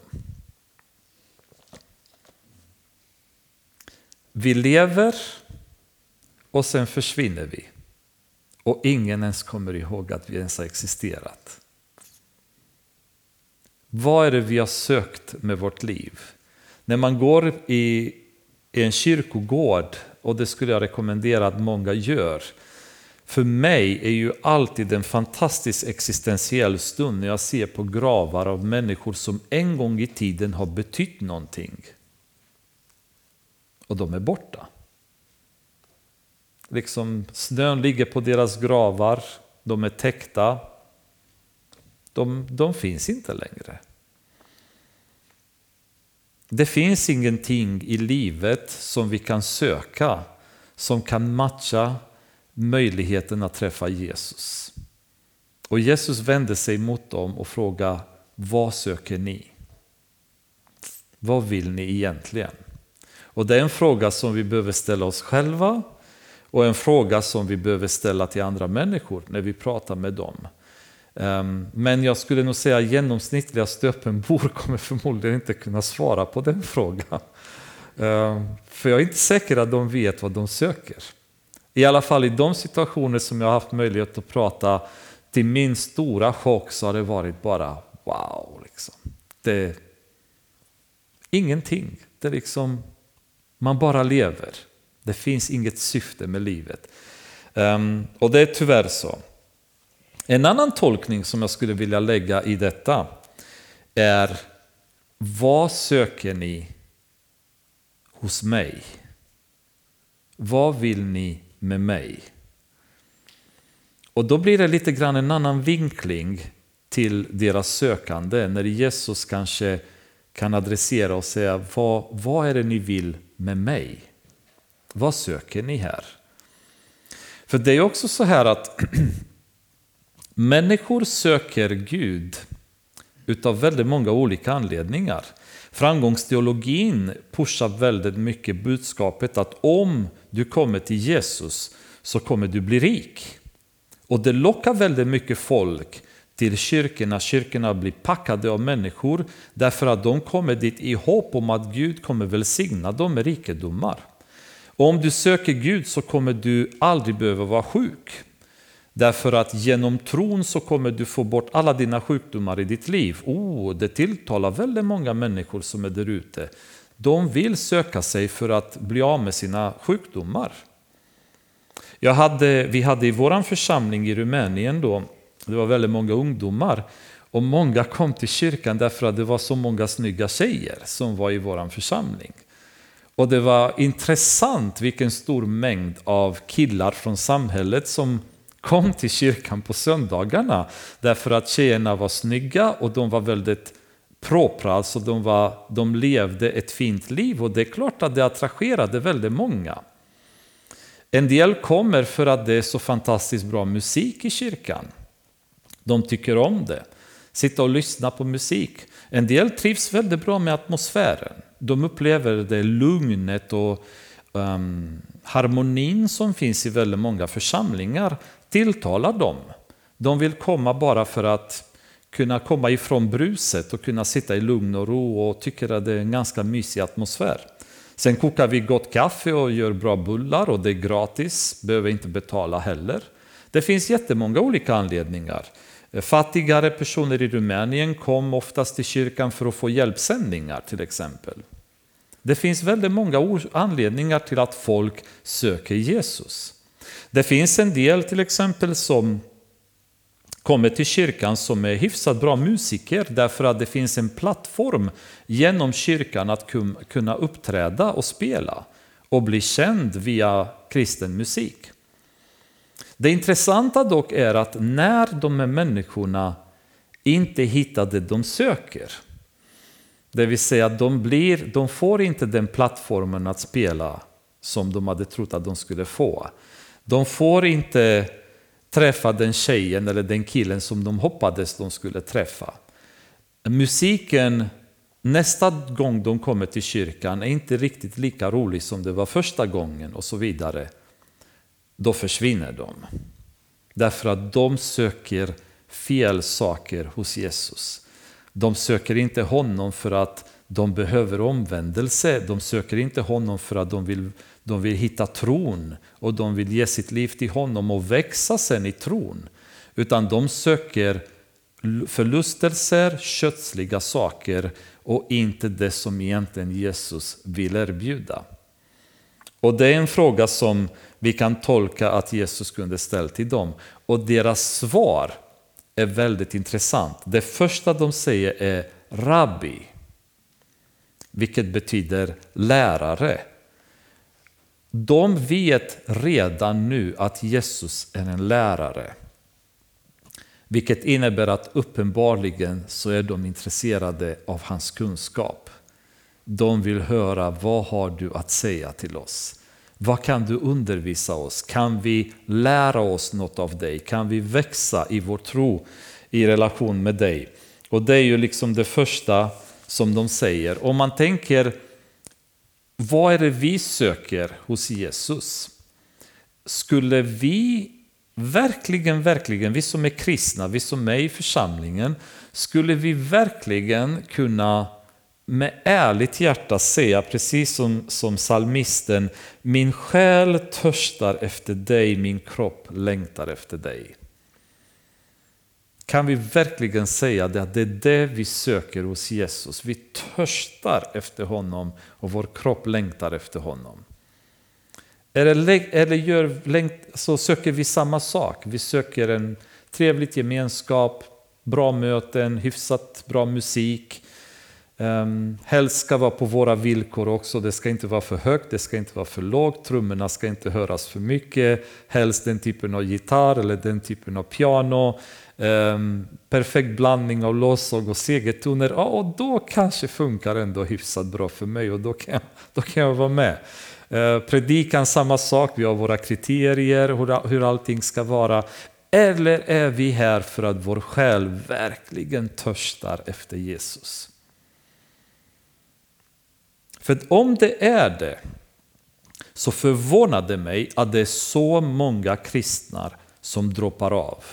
Vi lever och sen försvinner vi. Och ingen ens kommer ihåg att vi ens har existerat. Vad är det vi har sökt med vårt liv? När man går i en kyrkogård, och det skulle jag rekommendera att många gör. För mig är ju alltid en fantastisk existentiell stund när jag ser på gravar av människor som en gång i tiden har betytt någonting. Och de är borta. Liksom snön ligger på deras gravar, de är täckta. De finns inte längre. Det finns ingenting i livet som vi kan söka som kan matcha möjligheten att träffa Jesus. Och Jesus vände sig mot dem och frågade: vad söker ni? Vad vill ni egentligen? Och det är en fråga som vi behöver ställa oss själva, och en fråga som vi behöver ställa till andra människor när vi pratar med dem. Men jag skulle nog säga att genomsnittliga stöpenbor kommer förmodligen inte kunna svara på den frågan. För jag är inte säker att de vet vad de söker. I alla fall i de situationer som jag har haft möjlighet att prata, till min stora chock så har det varit bara wow. Liksom. Det ingenting. Det är liksom, man bara lever. Det finns inget syfte med livet. Och det är tyvärr så. En annan tolkning som jag skulle vilja lägga i detta är: vad söker ni hos mig? Vad vill ni med mig? Och då blir det lite grann en annan vinkling till deras sökande när Jesus kanske kan adressera och säga, vad är det ni vill med mig? Vad söker ni här? För det är också så här att människor söker Gud utav väldigt många olika anledningar. Framgångsteologin pushar väldigt mycket budskapet att om du kommer till Jesus så kommer du bli rik. Och det lockar väldigt mycket folk till kyrkorna. Kyrkorna blir packade av människor därför att de kommer dit i hopp om att Gud kommer välsigna dem med rikedomar. Och om du söker Gud så kommer du aldrig behöva vara sjuk. Därför att genom tron så kommer du få bort alla dina sjukdomar i ditt liv. Det tilltalar väldigt många människor som är där ute. De vill söka sig för att bli av med sina sjukdomar. Vi hade i vår församling i Rumänien då, det var väldigt många ungdomar. Och många kom till kyrkan därför att det var så många snygga tjejer som var i vår församling. Och det var intressant vilken stor mängd av killar från samhället som kom till kyrkan på söndagarna. Därför att tjejerna var snygga och de var väldigt propra, alltså de levde ett fint liv. Och det är klart att det attraherade väldigt många. En del kommer för att det är så fantastiskt bra musik i kyrkan. De tycker om det. Sitta och lyssna på musik. En del trivs väldigt bra med atmosfären. De upplever det lugnet och harmonin som finns i väldigt många församlingar tilltalar dem. De vill komma bara för att kunna komma ifrån bruset och kunna sitta i lugn och ro och tycker att det är en ganska mysig atmosfär. Sen kokar vi gott kaffe och gör bra bullar och det är gratis, behöver inte betala heller. Det finns jättemånga olika anledningar. Fattigare personer i Rumänien kom oftast till kyrkan för att få hjälpsändningar till exempel. Det finns väldigt många anledningar till att folk söker Jesus. Det finns en del till exempel som kommer till kyrkan som är hyfsat bra musiker därför att det finns en plattform genom kyrkan att kunna uppträda och spela och bli känd via kristen musik. Det intressanta dock är att när de här människorna inte hittar det de söker, det vill säga att de får inte den plattformen att spela som de hade trott att de skulle få. De får inte träffa den tjejen eller den killen som de hoppades de skulle träffa. Musiken nästa gång de kommer till kyrkan är inte riktigt lika rolig som det var första gången och så vidare. Då försvinner de. Därför att de söker fel saker hos Jesus. De söker inte honom för att de behöver omvändelse. De söker inte honom för att de vill hitta tron och de vill ge sitt liv till honom och växa sen i tron. Utan de söker förlustelser, kötsliga saker och inte det som egentligen Jesus vill erbjuda. Och det är en fråga som vi kan tolka att Jesus kunde ställa till dem. Och deras svar är väldigt intressant. Det första de säger är rabbi, vilket betyder lärare. De vet redan nu att Jesus är en lärare. Vilket innebär att uppenbarligen så är de intresserade av hans kunskap. De vill höra, vad har du att säga till oss? Vad kan du undervisa oss? Kan vi lära oss något av dig? Kan vi växa i vår tro i relation med dig? Och det är ju liksom det första som de säger. Om man tänker, vad är det vi söker hos Jesus? Skulle vi verkligen, vi som är kristna, vi som är i församlingen, skulle vi verkligen kunna med ärligt hjärta säga, precis som psalmisten, min själ törstar efter dig, min kropp längtar efter dig. Kan vi verkligen säga det, att det är det vi söker hos Jesus? Vi törstar efter honom och vår kropp längtar efter honom. Så söker vi samma sak. Vi söker en trevligt gemenskap, bra möten, hyfsat bra musik. Helst ska vara på våra villkor också. Det ska inte vara för högt, det ska inte vara för lågt. Trummorna ska inte höras för mycket. Helst den typen av gitarr eller den typen av piano. perfekt blandning av lovsång och segertoner, ja, och då kanske funkar ändå hyfsat bra för mig och då kan jag vara med. Predikan samma sak, vi har våra kriterier, hur allting ska vara. Eller är vi här för att vår själ verkligen törstar efter Jesus? För om det är det, så förvånar det mig att det är så många kristna som droppar av.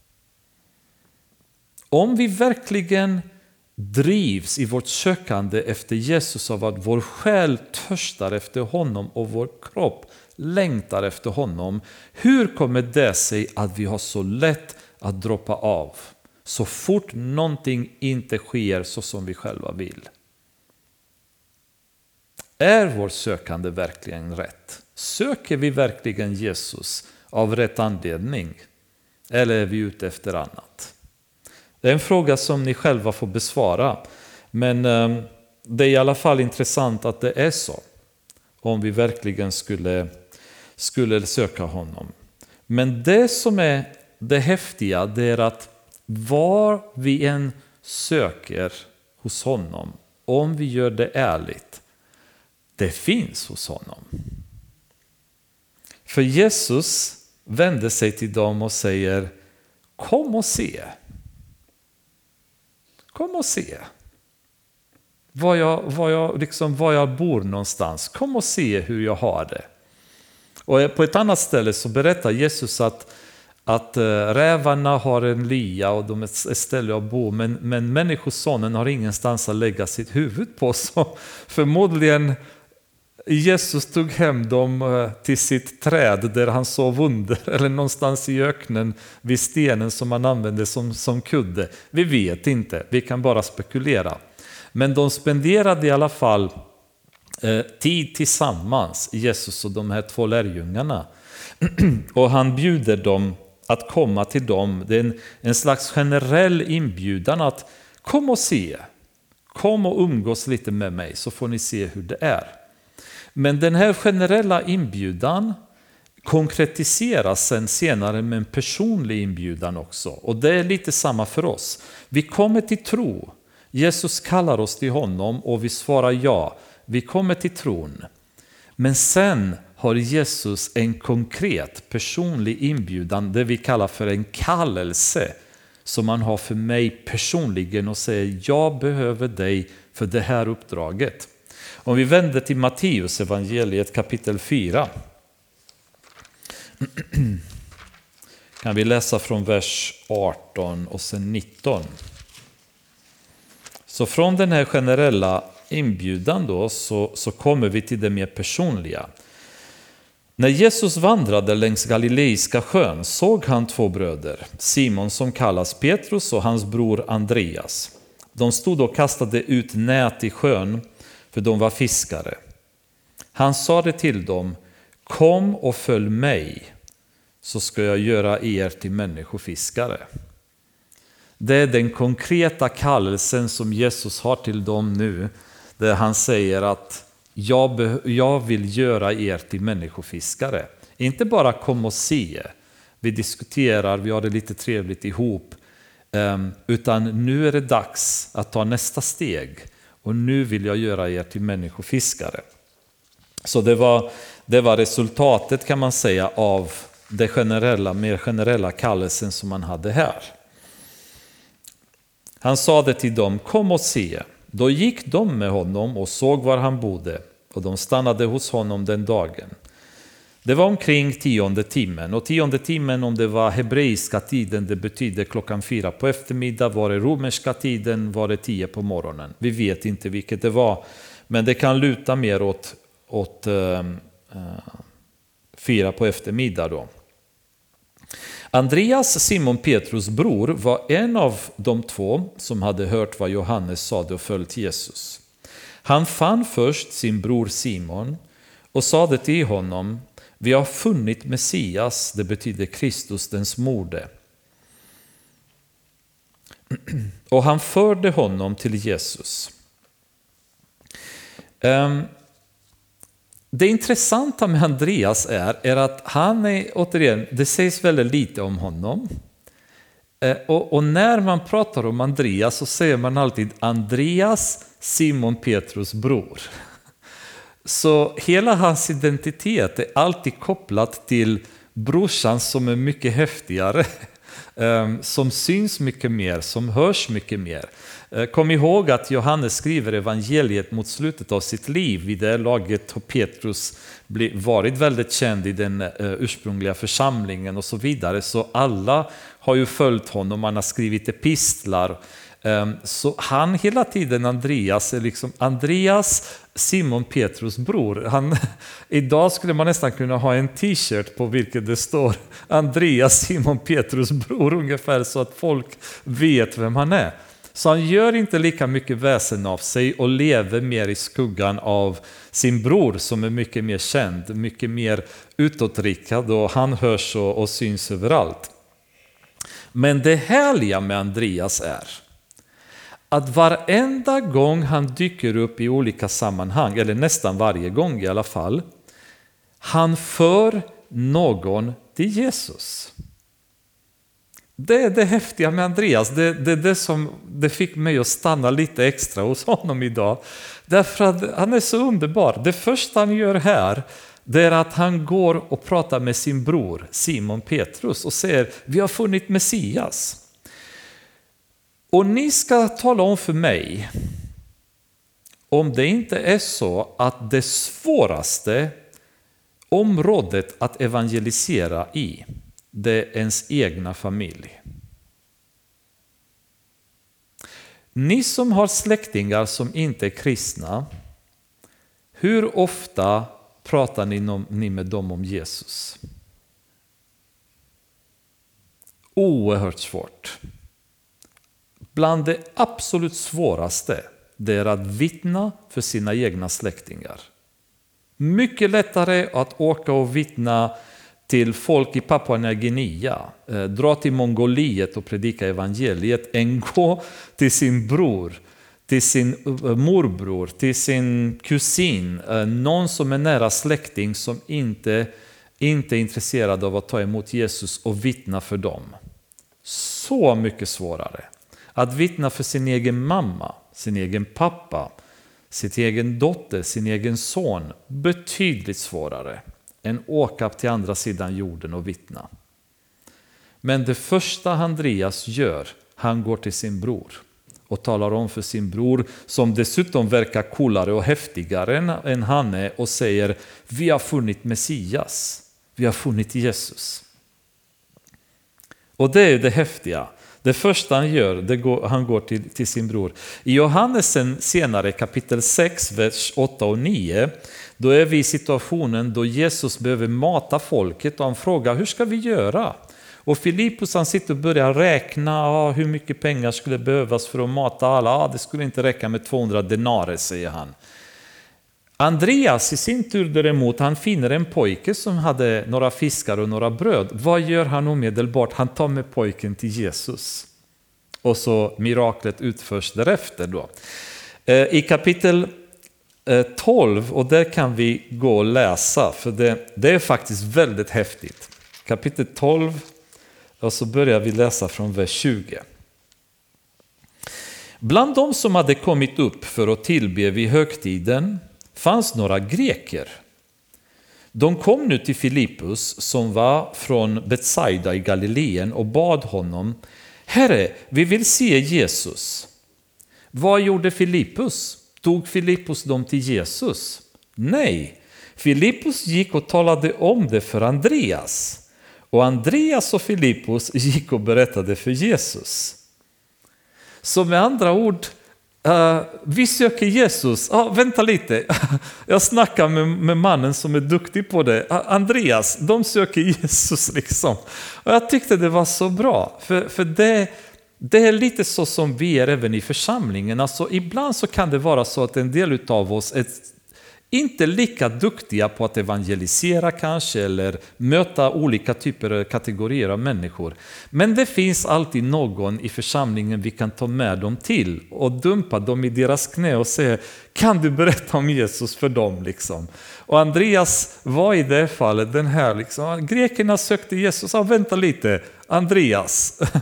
Om vi verkligen drivs i vårt sökande efter Jesus av att vår själ törstar efter honom och vår kropp längtar efter honom, hur kommer det sig att vi har så lätt att droppa av så fort någonting inte sker så som vi själva vill? Är vår sökande verkligen rätt? Söker vi verkligen Jesus av rätt anledning? Eller är vi ute efter annat? Det är en fråga som ni själva får besvara. Men det är i alla fall intressant att det är så. Om vi verkligen skulle söka honom. Men det som är det häftiga, det är att var vi än söker hos honom, om vi gör det ärligt, det finns hos honom. För Jesus vänder sig till dem och säger: kom och se. Kom och se var jag bor någonstans. Kom och se hur jag har det. Och på ett annat ställe så berättar Jesus att rävarna har en lya och de är ett ställe att bo, men människosonen har ingenstans att lägga sitt huvud på. Så förmodligen Jesus tog hem dem till sitt träd där han sov under, eller någonstans i öknen vid stenen som man använde som kudde. Vi vet inte, vi kan bara spekulera. Men de spenderade i alla fall tid tillsammans, Jesus och de här 2 lärjungarna. Och han bjuder dem att komma till dem. Det är en slags generell inbjudan att kom och se. Kom och umgås lite med mig så får ni se hur det är. Men den här generella inbjudan konkretiseras sen senare med en personlig inbjudan också. Och det är lite samma för oss. Vi kommer till tro. Jesus kallar oss till honom och vi svarar ja. Vi kommer till tron. Men sen har Jesus en konkret personlig inbjudan, det vi kallar för en kallelse, som man har för mig personligen och säger: jag behöver dig för det här uppdraget. Om vi vänder till Matteus evangeliet kapitel 4 kan vi läsa från vers 18 och sen 19. Så från den här generella inbjudan då så kommer vi till det mer personliga. När Jesus vandrade längs Galileiska sjön såg han 2 bröder, Simon som kallas Petrus och hans bror Andreas. De stod och kastade ut nät i sjön, för de var fiskare. Han sade till dem: kom och följ mig, så ska jag göra er till människofiskare. Det är den konkreta kallelsen som Jesus har till dem nu, där han säger att jag vill göra er till människofiskare. Inte bara kom och se, vi diskuterar, vi har det lite trevligt ihop, utan nu är det dags att ta nästa steg. Och nu vill jag göra er till människofiskare. Så det var resultatet, kan man säga, av det mer generella kallelsen som man hade här. Han sade till dem: kom och se. Då gick de med honom och såg var han bodde, och de stannade hos honom den dagen. Det var omkring 10:e timmen, och 10:e timmen, om det var hebreiska tiden, det betyder 4:00 på eftermiddag. Var det romerska tiden, var det 10 på morgonen. Vi vet inte vilket det var, men det kan luta mer åt 4 på eftermiddag då. Andreas, Simon Petrus bror, var en av de 2 som hade hört vad Johannes sade och följt Jesus. Han fann först sin bror Simon och sade till honom: vi har funnit Messias, det betyder Kristus, den smorde. Och han förde honom till Jesus. Det intressanta med Andreas är att han är, återigen, det sägs väldigt lite om honom. Och när man pratar om Andreas så säger man alltid Andreas, Simon Petrus bror. Så hela hans identitet är alltid kopplat till brorsan som är mycket häftigare, som syns mycket mer, som hörs mycket mer. Kom ihåg att Johannes skriver evangeliet mot slutet av sitt liv. Vid det laget har Petrus varit väldigt känd i den ursprungliga församlingen och så vidare. Så alla har ju följt honom, han har skrivit epistlar. Så han hela tiden, Andreas, är liksom Andreas, Simon Petrus bror. Idag skulle man nästan kunna ha en t-shirt på vilket det står Andreas, Simon Petrus bror, ungefär så att folk vet vem han är. Så han gör inte lika mycket väsen av sig och lever mer i skuggan av sin bror som är mycket mer känd, mycket mer utåtriktad, och han hörs och syns överallt. Men det härliga med Andreas är att varenda gång han dyker upp i olika sammanhang, eller nästan varje gång i alla fall, han för någon till Jesus. Det är det häftiga med Andreas. Det är det som det fick mig att stanna lite extra hos honom idag. Därför att han är så underbar. Det första han gör här, det är att han går och pratar med sin bror Simon Petrus och säger: vi har funnit Messias. Och ni ska tala om för mig om det inte är så att det svåraste området att evangelisera i, det är ens egna familj. Ni som har släktingar som inte är kristna, hur ofta pratar ni med dem om Jesus? Oerhört svårt. Bland det absolut svåraste, det är att vittna för sina egna släktingar. Mycket lättare att åka och vittna till folk i Papua Nya Guinea, dra till Mongoliet och predika evangeliet, än gå till sin bror, till sin morbror, till sin kusin, någon som är nära släkting som inte är intresserad av att ta emot Jesus och vittna för dem. Så mycket svårare. Att vittna för sin egen mamma, sin egen pappa, sin egen dotter, sin egen son, betydligt svårare än åka till andra sidan jorden och vittna. Men det första Andreas gör, han går till sin bror och talar om för sin bror, som dessutom verkar coolare och häftigare än han är, och säger: vi har funnit Messias, vi har funnit Jesus. Och det är det häftiga. Det första han gör, han går till sin bror. I Johannes senare, kapitel 6, vers 8 och 9, då är vi i situationen då Jesus behöver mata folket och han frågar: hur ska vi göra? Och Filippus, han sitter och börjar räkna hur mycket pengar skulle behövas för att mata alla. Det skulle inte räcka med 200 denarer, säger han. Andreas i sin tur däremot, han finner en pojke som hade några fiskar och några bröd. Vad gör han omedelbart? Han tar med pojken till Jesus. Och så miraklet utförs därefter då. I kapitel 12, och där kan vi gå och läsa, för det är faktiskt väldigt häftigt. Kapitel 12, och så börjar vi läsa från vers 20. Bland de som hade kommit upp för att tillbe vid högtiden fanns några greker. De kom nu till Filippus som var från Betsaida i Galileen och bad honom: Herre, vi vill se Jesus. Vad gjorde Filippus? Tog Filippus dem till Jesus? Nej, Filippus gick och talade om det för Andreas. Och Andreas och Filippus gick och berättade för Jesus. Så med andra ord, vi söker Jesus. Vänta lite, jag snackar med mannen som är duktig på det. Andreas, de söker Jesus liksom. Och jag tyckte det var så bra, för det är lite så som vi är även i församlingen. Alltså, ibland så kan det vara så att en del av oss är inte lika duktiga på att evangelisera kanske, eller möta olika typer av kategorier av människor. Men det finns alltid någon i församlingen vi kan ta med dem till och dumpa dem i deras knä och säga: kan du berätta om Jesus för dem liksom? Och Andreas var i det fallet den här liksom, grekerna sökte Jesus. Vänta lite, Andreas,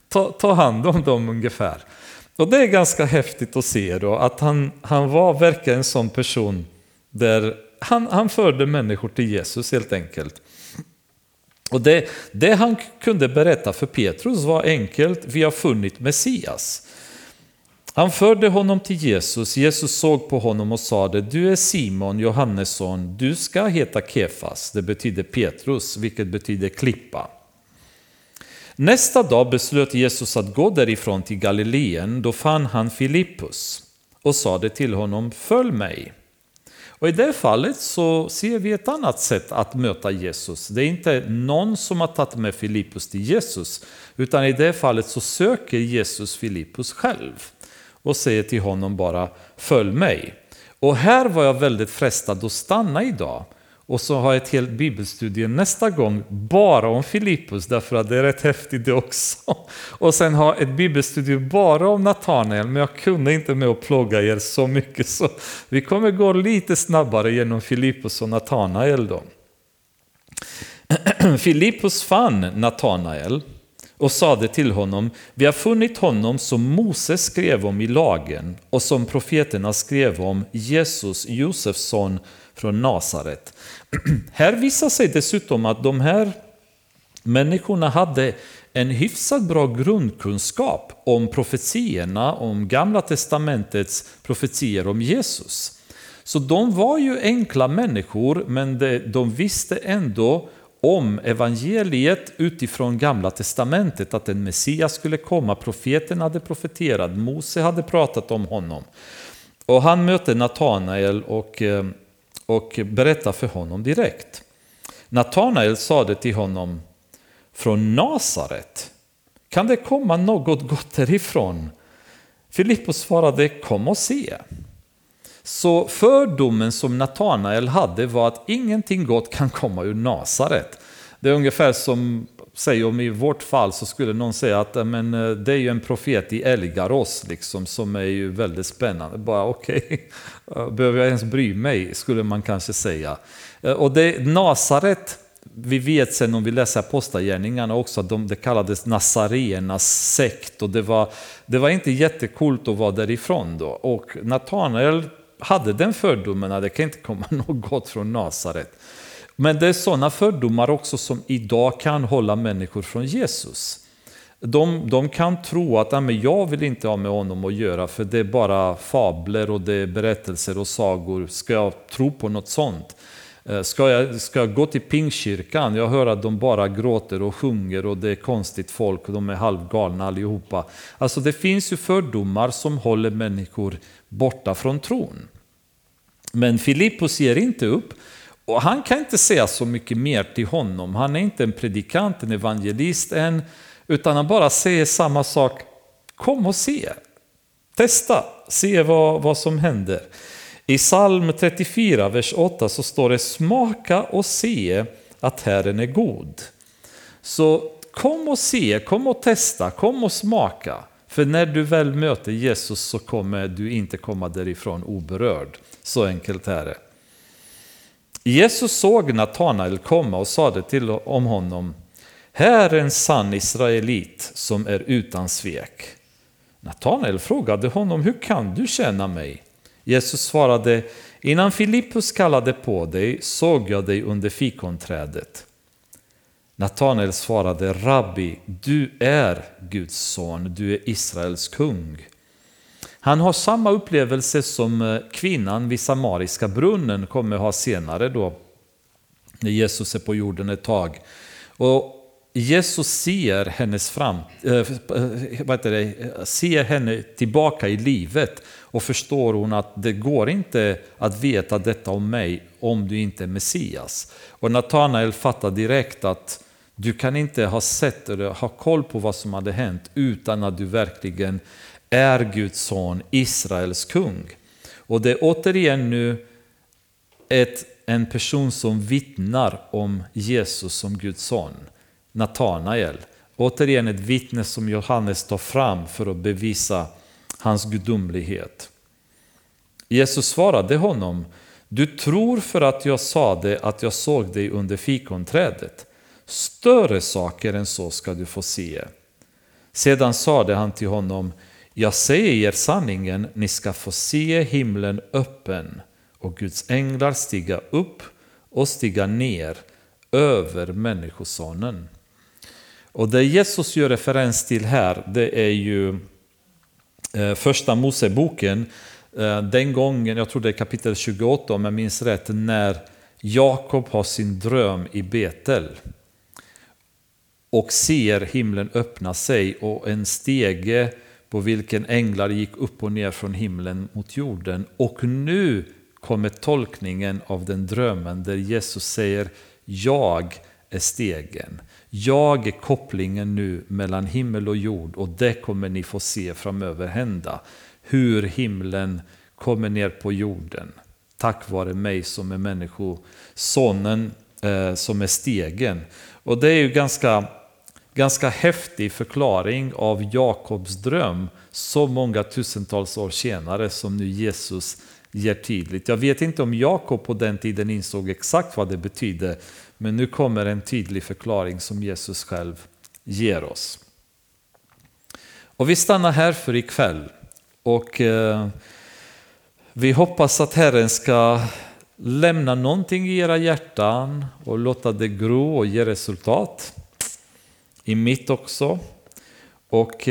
ta hand om dem ungefär. Och det är ganska häftigt att se då att han var verkligen en sån person där han förde människor till Jesus helt enkelt. Och det han kunde berätta för Petrus var enkelt: vi har funnit Messias. Han förde honom till Jesus. Jesus såg på honom och sa det: du är Simon, Johannes son, du ska heta Kefas. Det betyder Petrus, vilket betyder klippa. Nästa dag beslöt Jesus att gå därifrån till Galileen. Då fann han Filippus och sa det till honom: följ mig. Och i det fallet så ser vi ett annat sätt att möta Jesus. Det är inte någon som har tagit med Filippus till Jesus, utan i det fallet så söker Jesus Filippus själv och säger till honom bara: följ mig. Och här var jag väldigt frestad att stanna idag. Och så har jag ett helt bibelstudie nästa gång bara om Filippus, därför att det är rätt häftigt det också. Och sen ha ett bibelstudie bara om Natanael, men jag kunde inte med att plåga er så mycket. Så vi kommer gå lite snabbare genom Filippus och Natanael då. Filippus fann Natanael och sade till honom: vi har funnit honom som Moses skrev om i lagen och som profeterna skrev om, Jesus, Josefs son från Nasaret. Här visar sig dessutom att de här människorna hade en hyfsat bra grundkunskap om profetierna, om Gamla testamentets profetier om Jesus. Så de var ju enkla människor, men de visste ändå om evangeliet utifrån Gamla testamentet, att en Messias skulle komma. Profeten hade profeterat, Mose hade pratat om honom. Och han mötte Natanael och berättade för honom direkt. Natanael sade till honom: från Nasaret, kan det komma något gott därifrån? Filippus svarade: kom och se. Så fördomen som Natanael hade var att ingenting gott kan komma ur Nasaret. Det är ungefär som, säg om i vårt fall så skulle någon säga att men, det är ju en profet i Elgarås liksom, som är ju väldigt spännande. Bara okej, behöver jag ens bry mig, skulle man kanske säga. Och det Nasaret, vi vet sen om vi läser apostlagärningarna också att det kallades Nazareernas sekt, och det var inte jättekult att vara därifrån då. Och Natanael hade den fördomen att det kan inte komma något gott från Nasaret. Men det är sådana fördomar också som idag kan hålla människor från Jesus. De kan tro att men jag vill inte ha med honom att göra, för det är bara fabler och det är berättelser och sagor. Ska jag tro på något sånt? Ska jag gå till Pingstkyrkan? Jag hör att de bara gråter och sjunger och det är konstigt folk och de är halvgalna allihopa. Alltså det finns ju fördomar som håller människor borta från tron. Men Filippus ger inte upp. Och han kan inte säga så mycket mer till honom. Han är inte en predikant, en evangelist än, utan han bara säger samma sak: kom och se. Testa, se vad som händer. I psalm 34, vers 8 så står det: smaka och se att Herren är god. Så kom och se, kom och testa, kom och smaka. För när du väl möter Jesus så kommer du inte komma därifrån oberörd. Så enkelt är det. Jesus såg Natanael komma och sade om honom: här är en sann israelit som är utan svek. Natanael frågade honom: hur kan du känna mig? Jesus svarade: innan Filippus kallade på dig såg jag dig under fikonträdet. Natanael svarade: rabbi, du är Guds son, du är Israels kung. Han har samma upplevelse som kvinnan vid Samariska brunnen kommer ha senare då, när Jesus är på jorden ett tag. Och Jesus ser ser henne tillbaka i livet och förstår hon att det går inte att veta detta om mig om du inte är Messias. Och Natanael fattar direkt att du kan inte ha sett eller ha koll på vad som hade hänt utan att du verkligen är Guds son, Israels kung. Och det är återigen nu en person som vittnar om Jesus som Guds son, Natanael. Återigen ett vittne som Johannes tar fram för att bevisa hans gudomlighet. Jesus svarade honom: du tror för att jag sade att jag såg dig under fikonträdet. Större saker än så ska du få se. Sedan sade han till honom: jag säger er sanningen, ni ska få se himlen öppen och Guds änglar stiga upp och stiga ner över människosonen. Och det Jesus gör referens till här, det är ju första Moseboken, den gången, jag tror det är kapitel 28 om jag minns rätt, när Jakob har sin dröm i Betel och ser himlen öppna sig och en stege på vilken änglar gick upp och ner från himlen mot jorden. Och nu kommer tolkningen av den drömmen där Jesus säger: jag är stegen. Jag är kopplingen nu mellan himmel och jord, och det kommer ni få se framöver hända. Hur himlen kommer ner på jorden tack vare mig som är människosonen, som är stegen. Och det är ju ganska häftig förklaring av Jakobs dröm så många tusentals år senare som nu Jesus ger tydligt. Jag vet inte om Jakob på den tiden insåg exakt vad det betyder, men nu kommer en tydlig förklaring som Jesus själv ger oss. Och vi stannar här för ikväll, och vi hoppas att Herren ska lämna någonting i era hjärtan och låta det gro och ge resultat. I mitt också. Och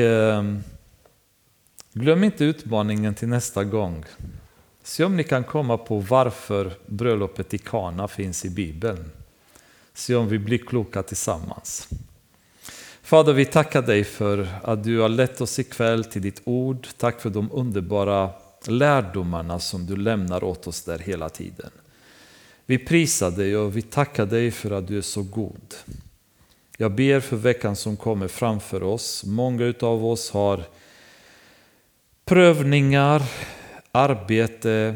glöm inte utmaningen till nästa gång. Se om ni kan komma på varför bröllopet i Kana finns i Bibeln. Se om vi blir kloka tillsammans. Fader, vi tackar dig för att du har lett oss ikväll till ditt ord. Tack för de underbara lärdomarna som du lämnar åt oss där hela tiden. Vi prisar dig och vi tackar dig för att du är så god. Jag ber för veckan som kommer framför oss. Många av oss har prövningar, arbete,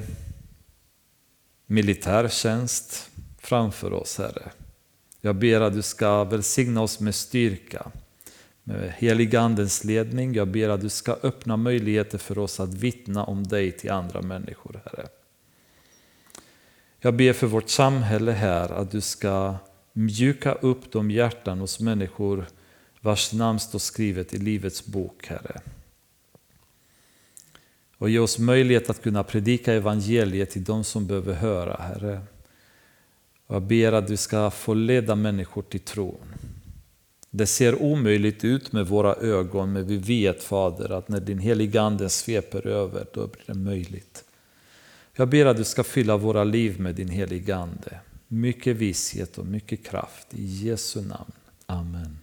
militärtjänst framför oss, Herre. Jag ber att du ska välsigna oss med styrka, med helig andens ledning. Jag ber att du ska öppna möjligheter för oss att vittna om dig till andra människor, Herre. Jag ber för vårt samhälle här att du ska mjuka upp de hjärtan hos människor vars namn står skrivet i livets bok, Herre. Och ge oss möjlighet att kunna predika evangeliet till de som behöver höra, Herre. Och jag ber att du ska få leda människor till tron. Det ser omöjligt ut med våra ögon, men vi vet, Fader, att när din heliga ande sveper över, då blir det möjligt. Jag ber att du ska fylla våra liv med din heliga ande. Mycket vishet och mycket kraft. I Jesu namn. Amen.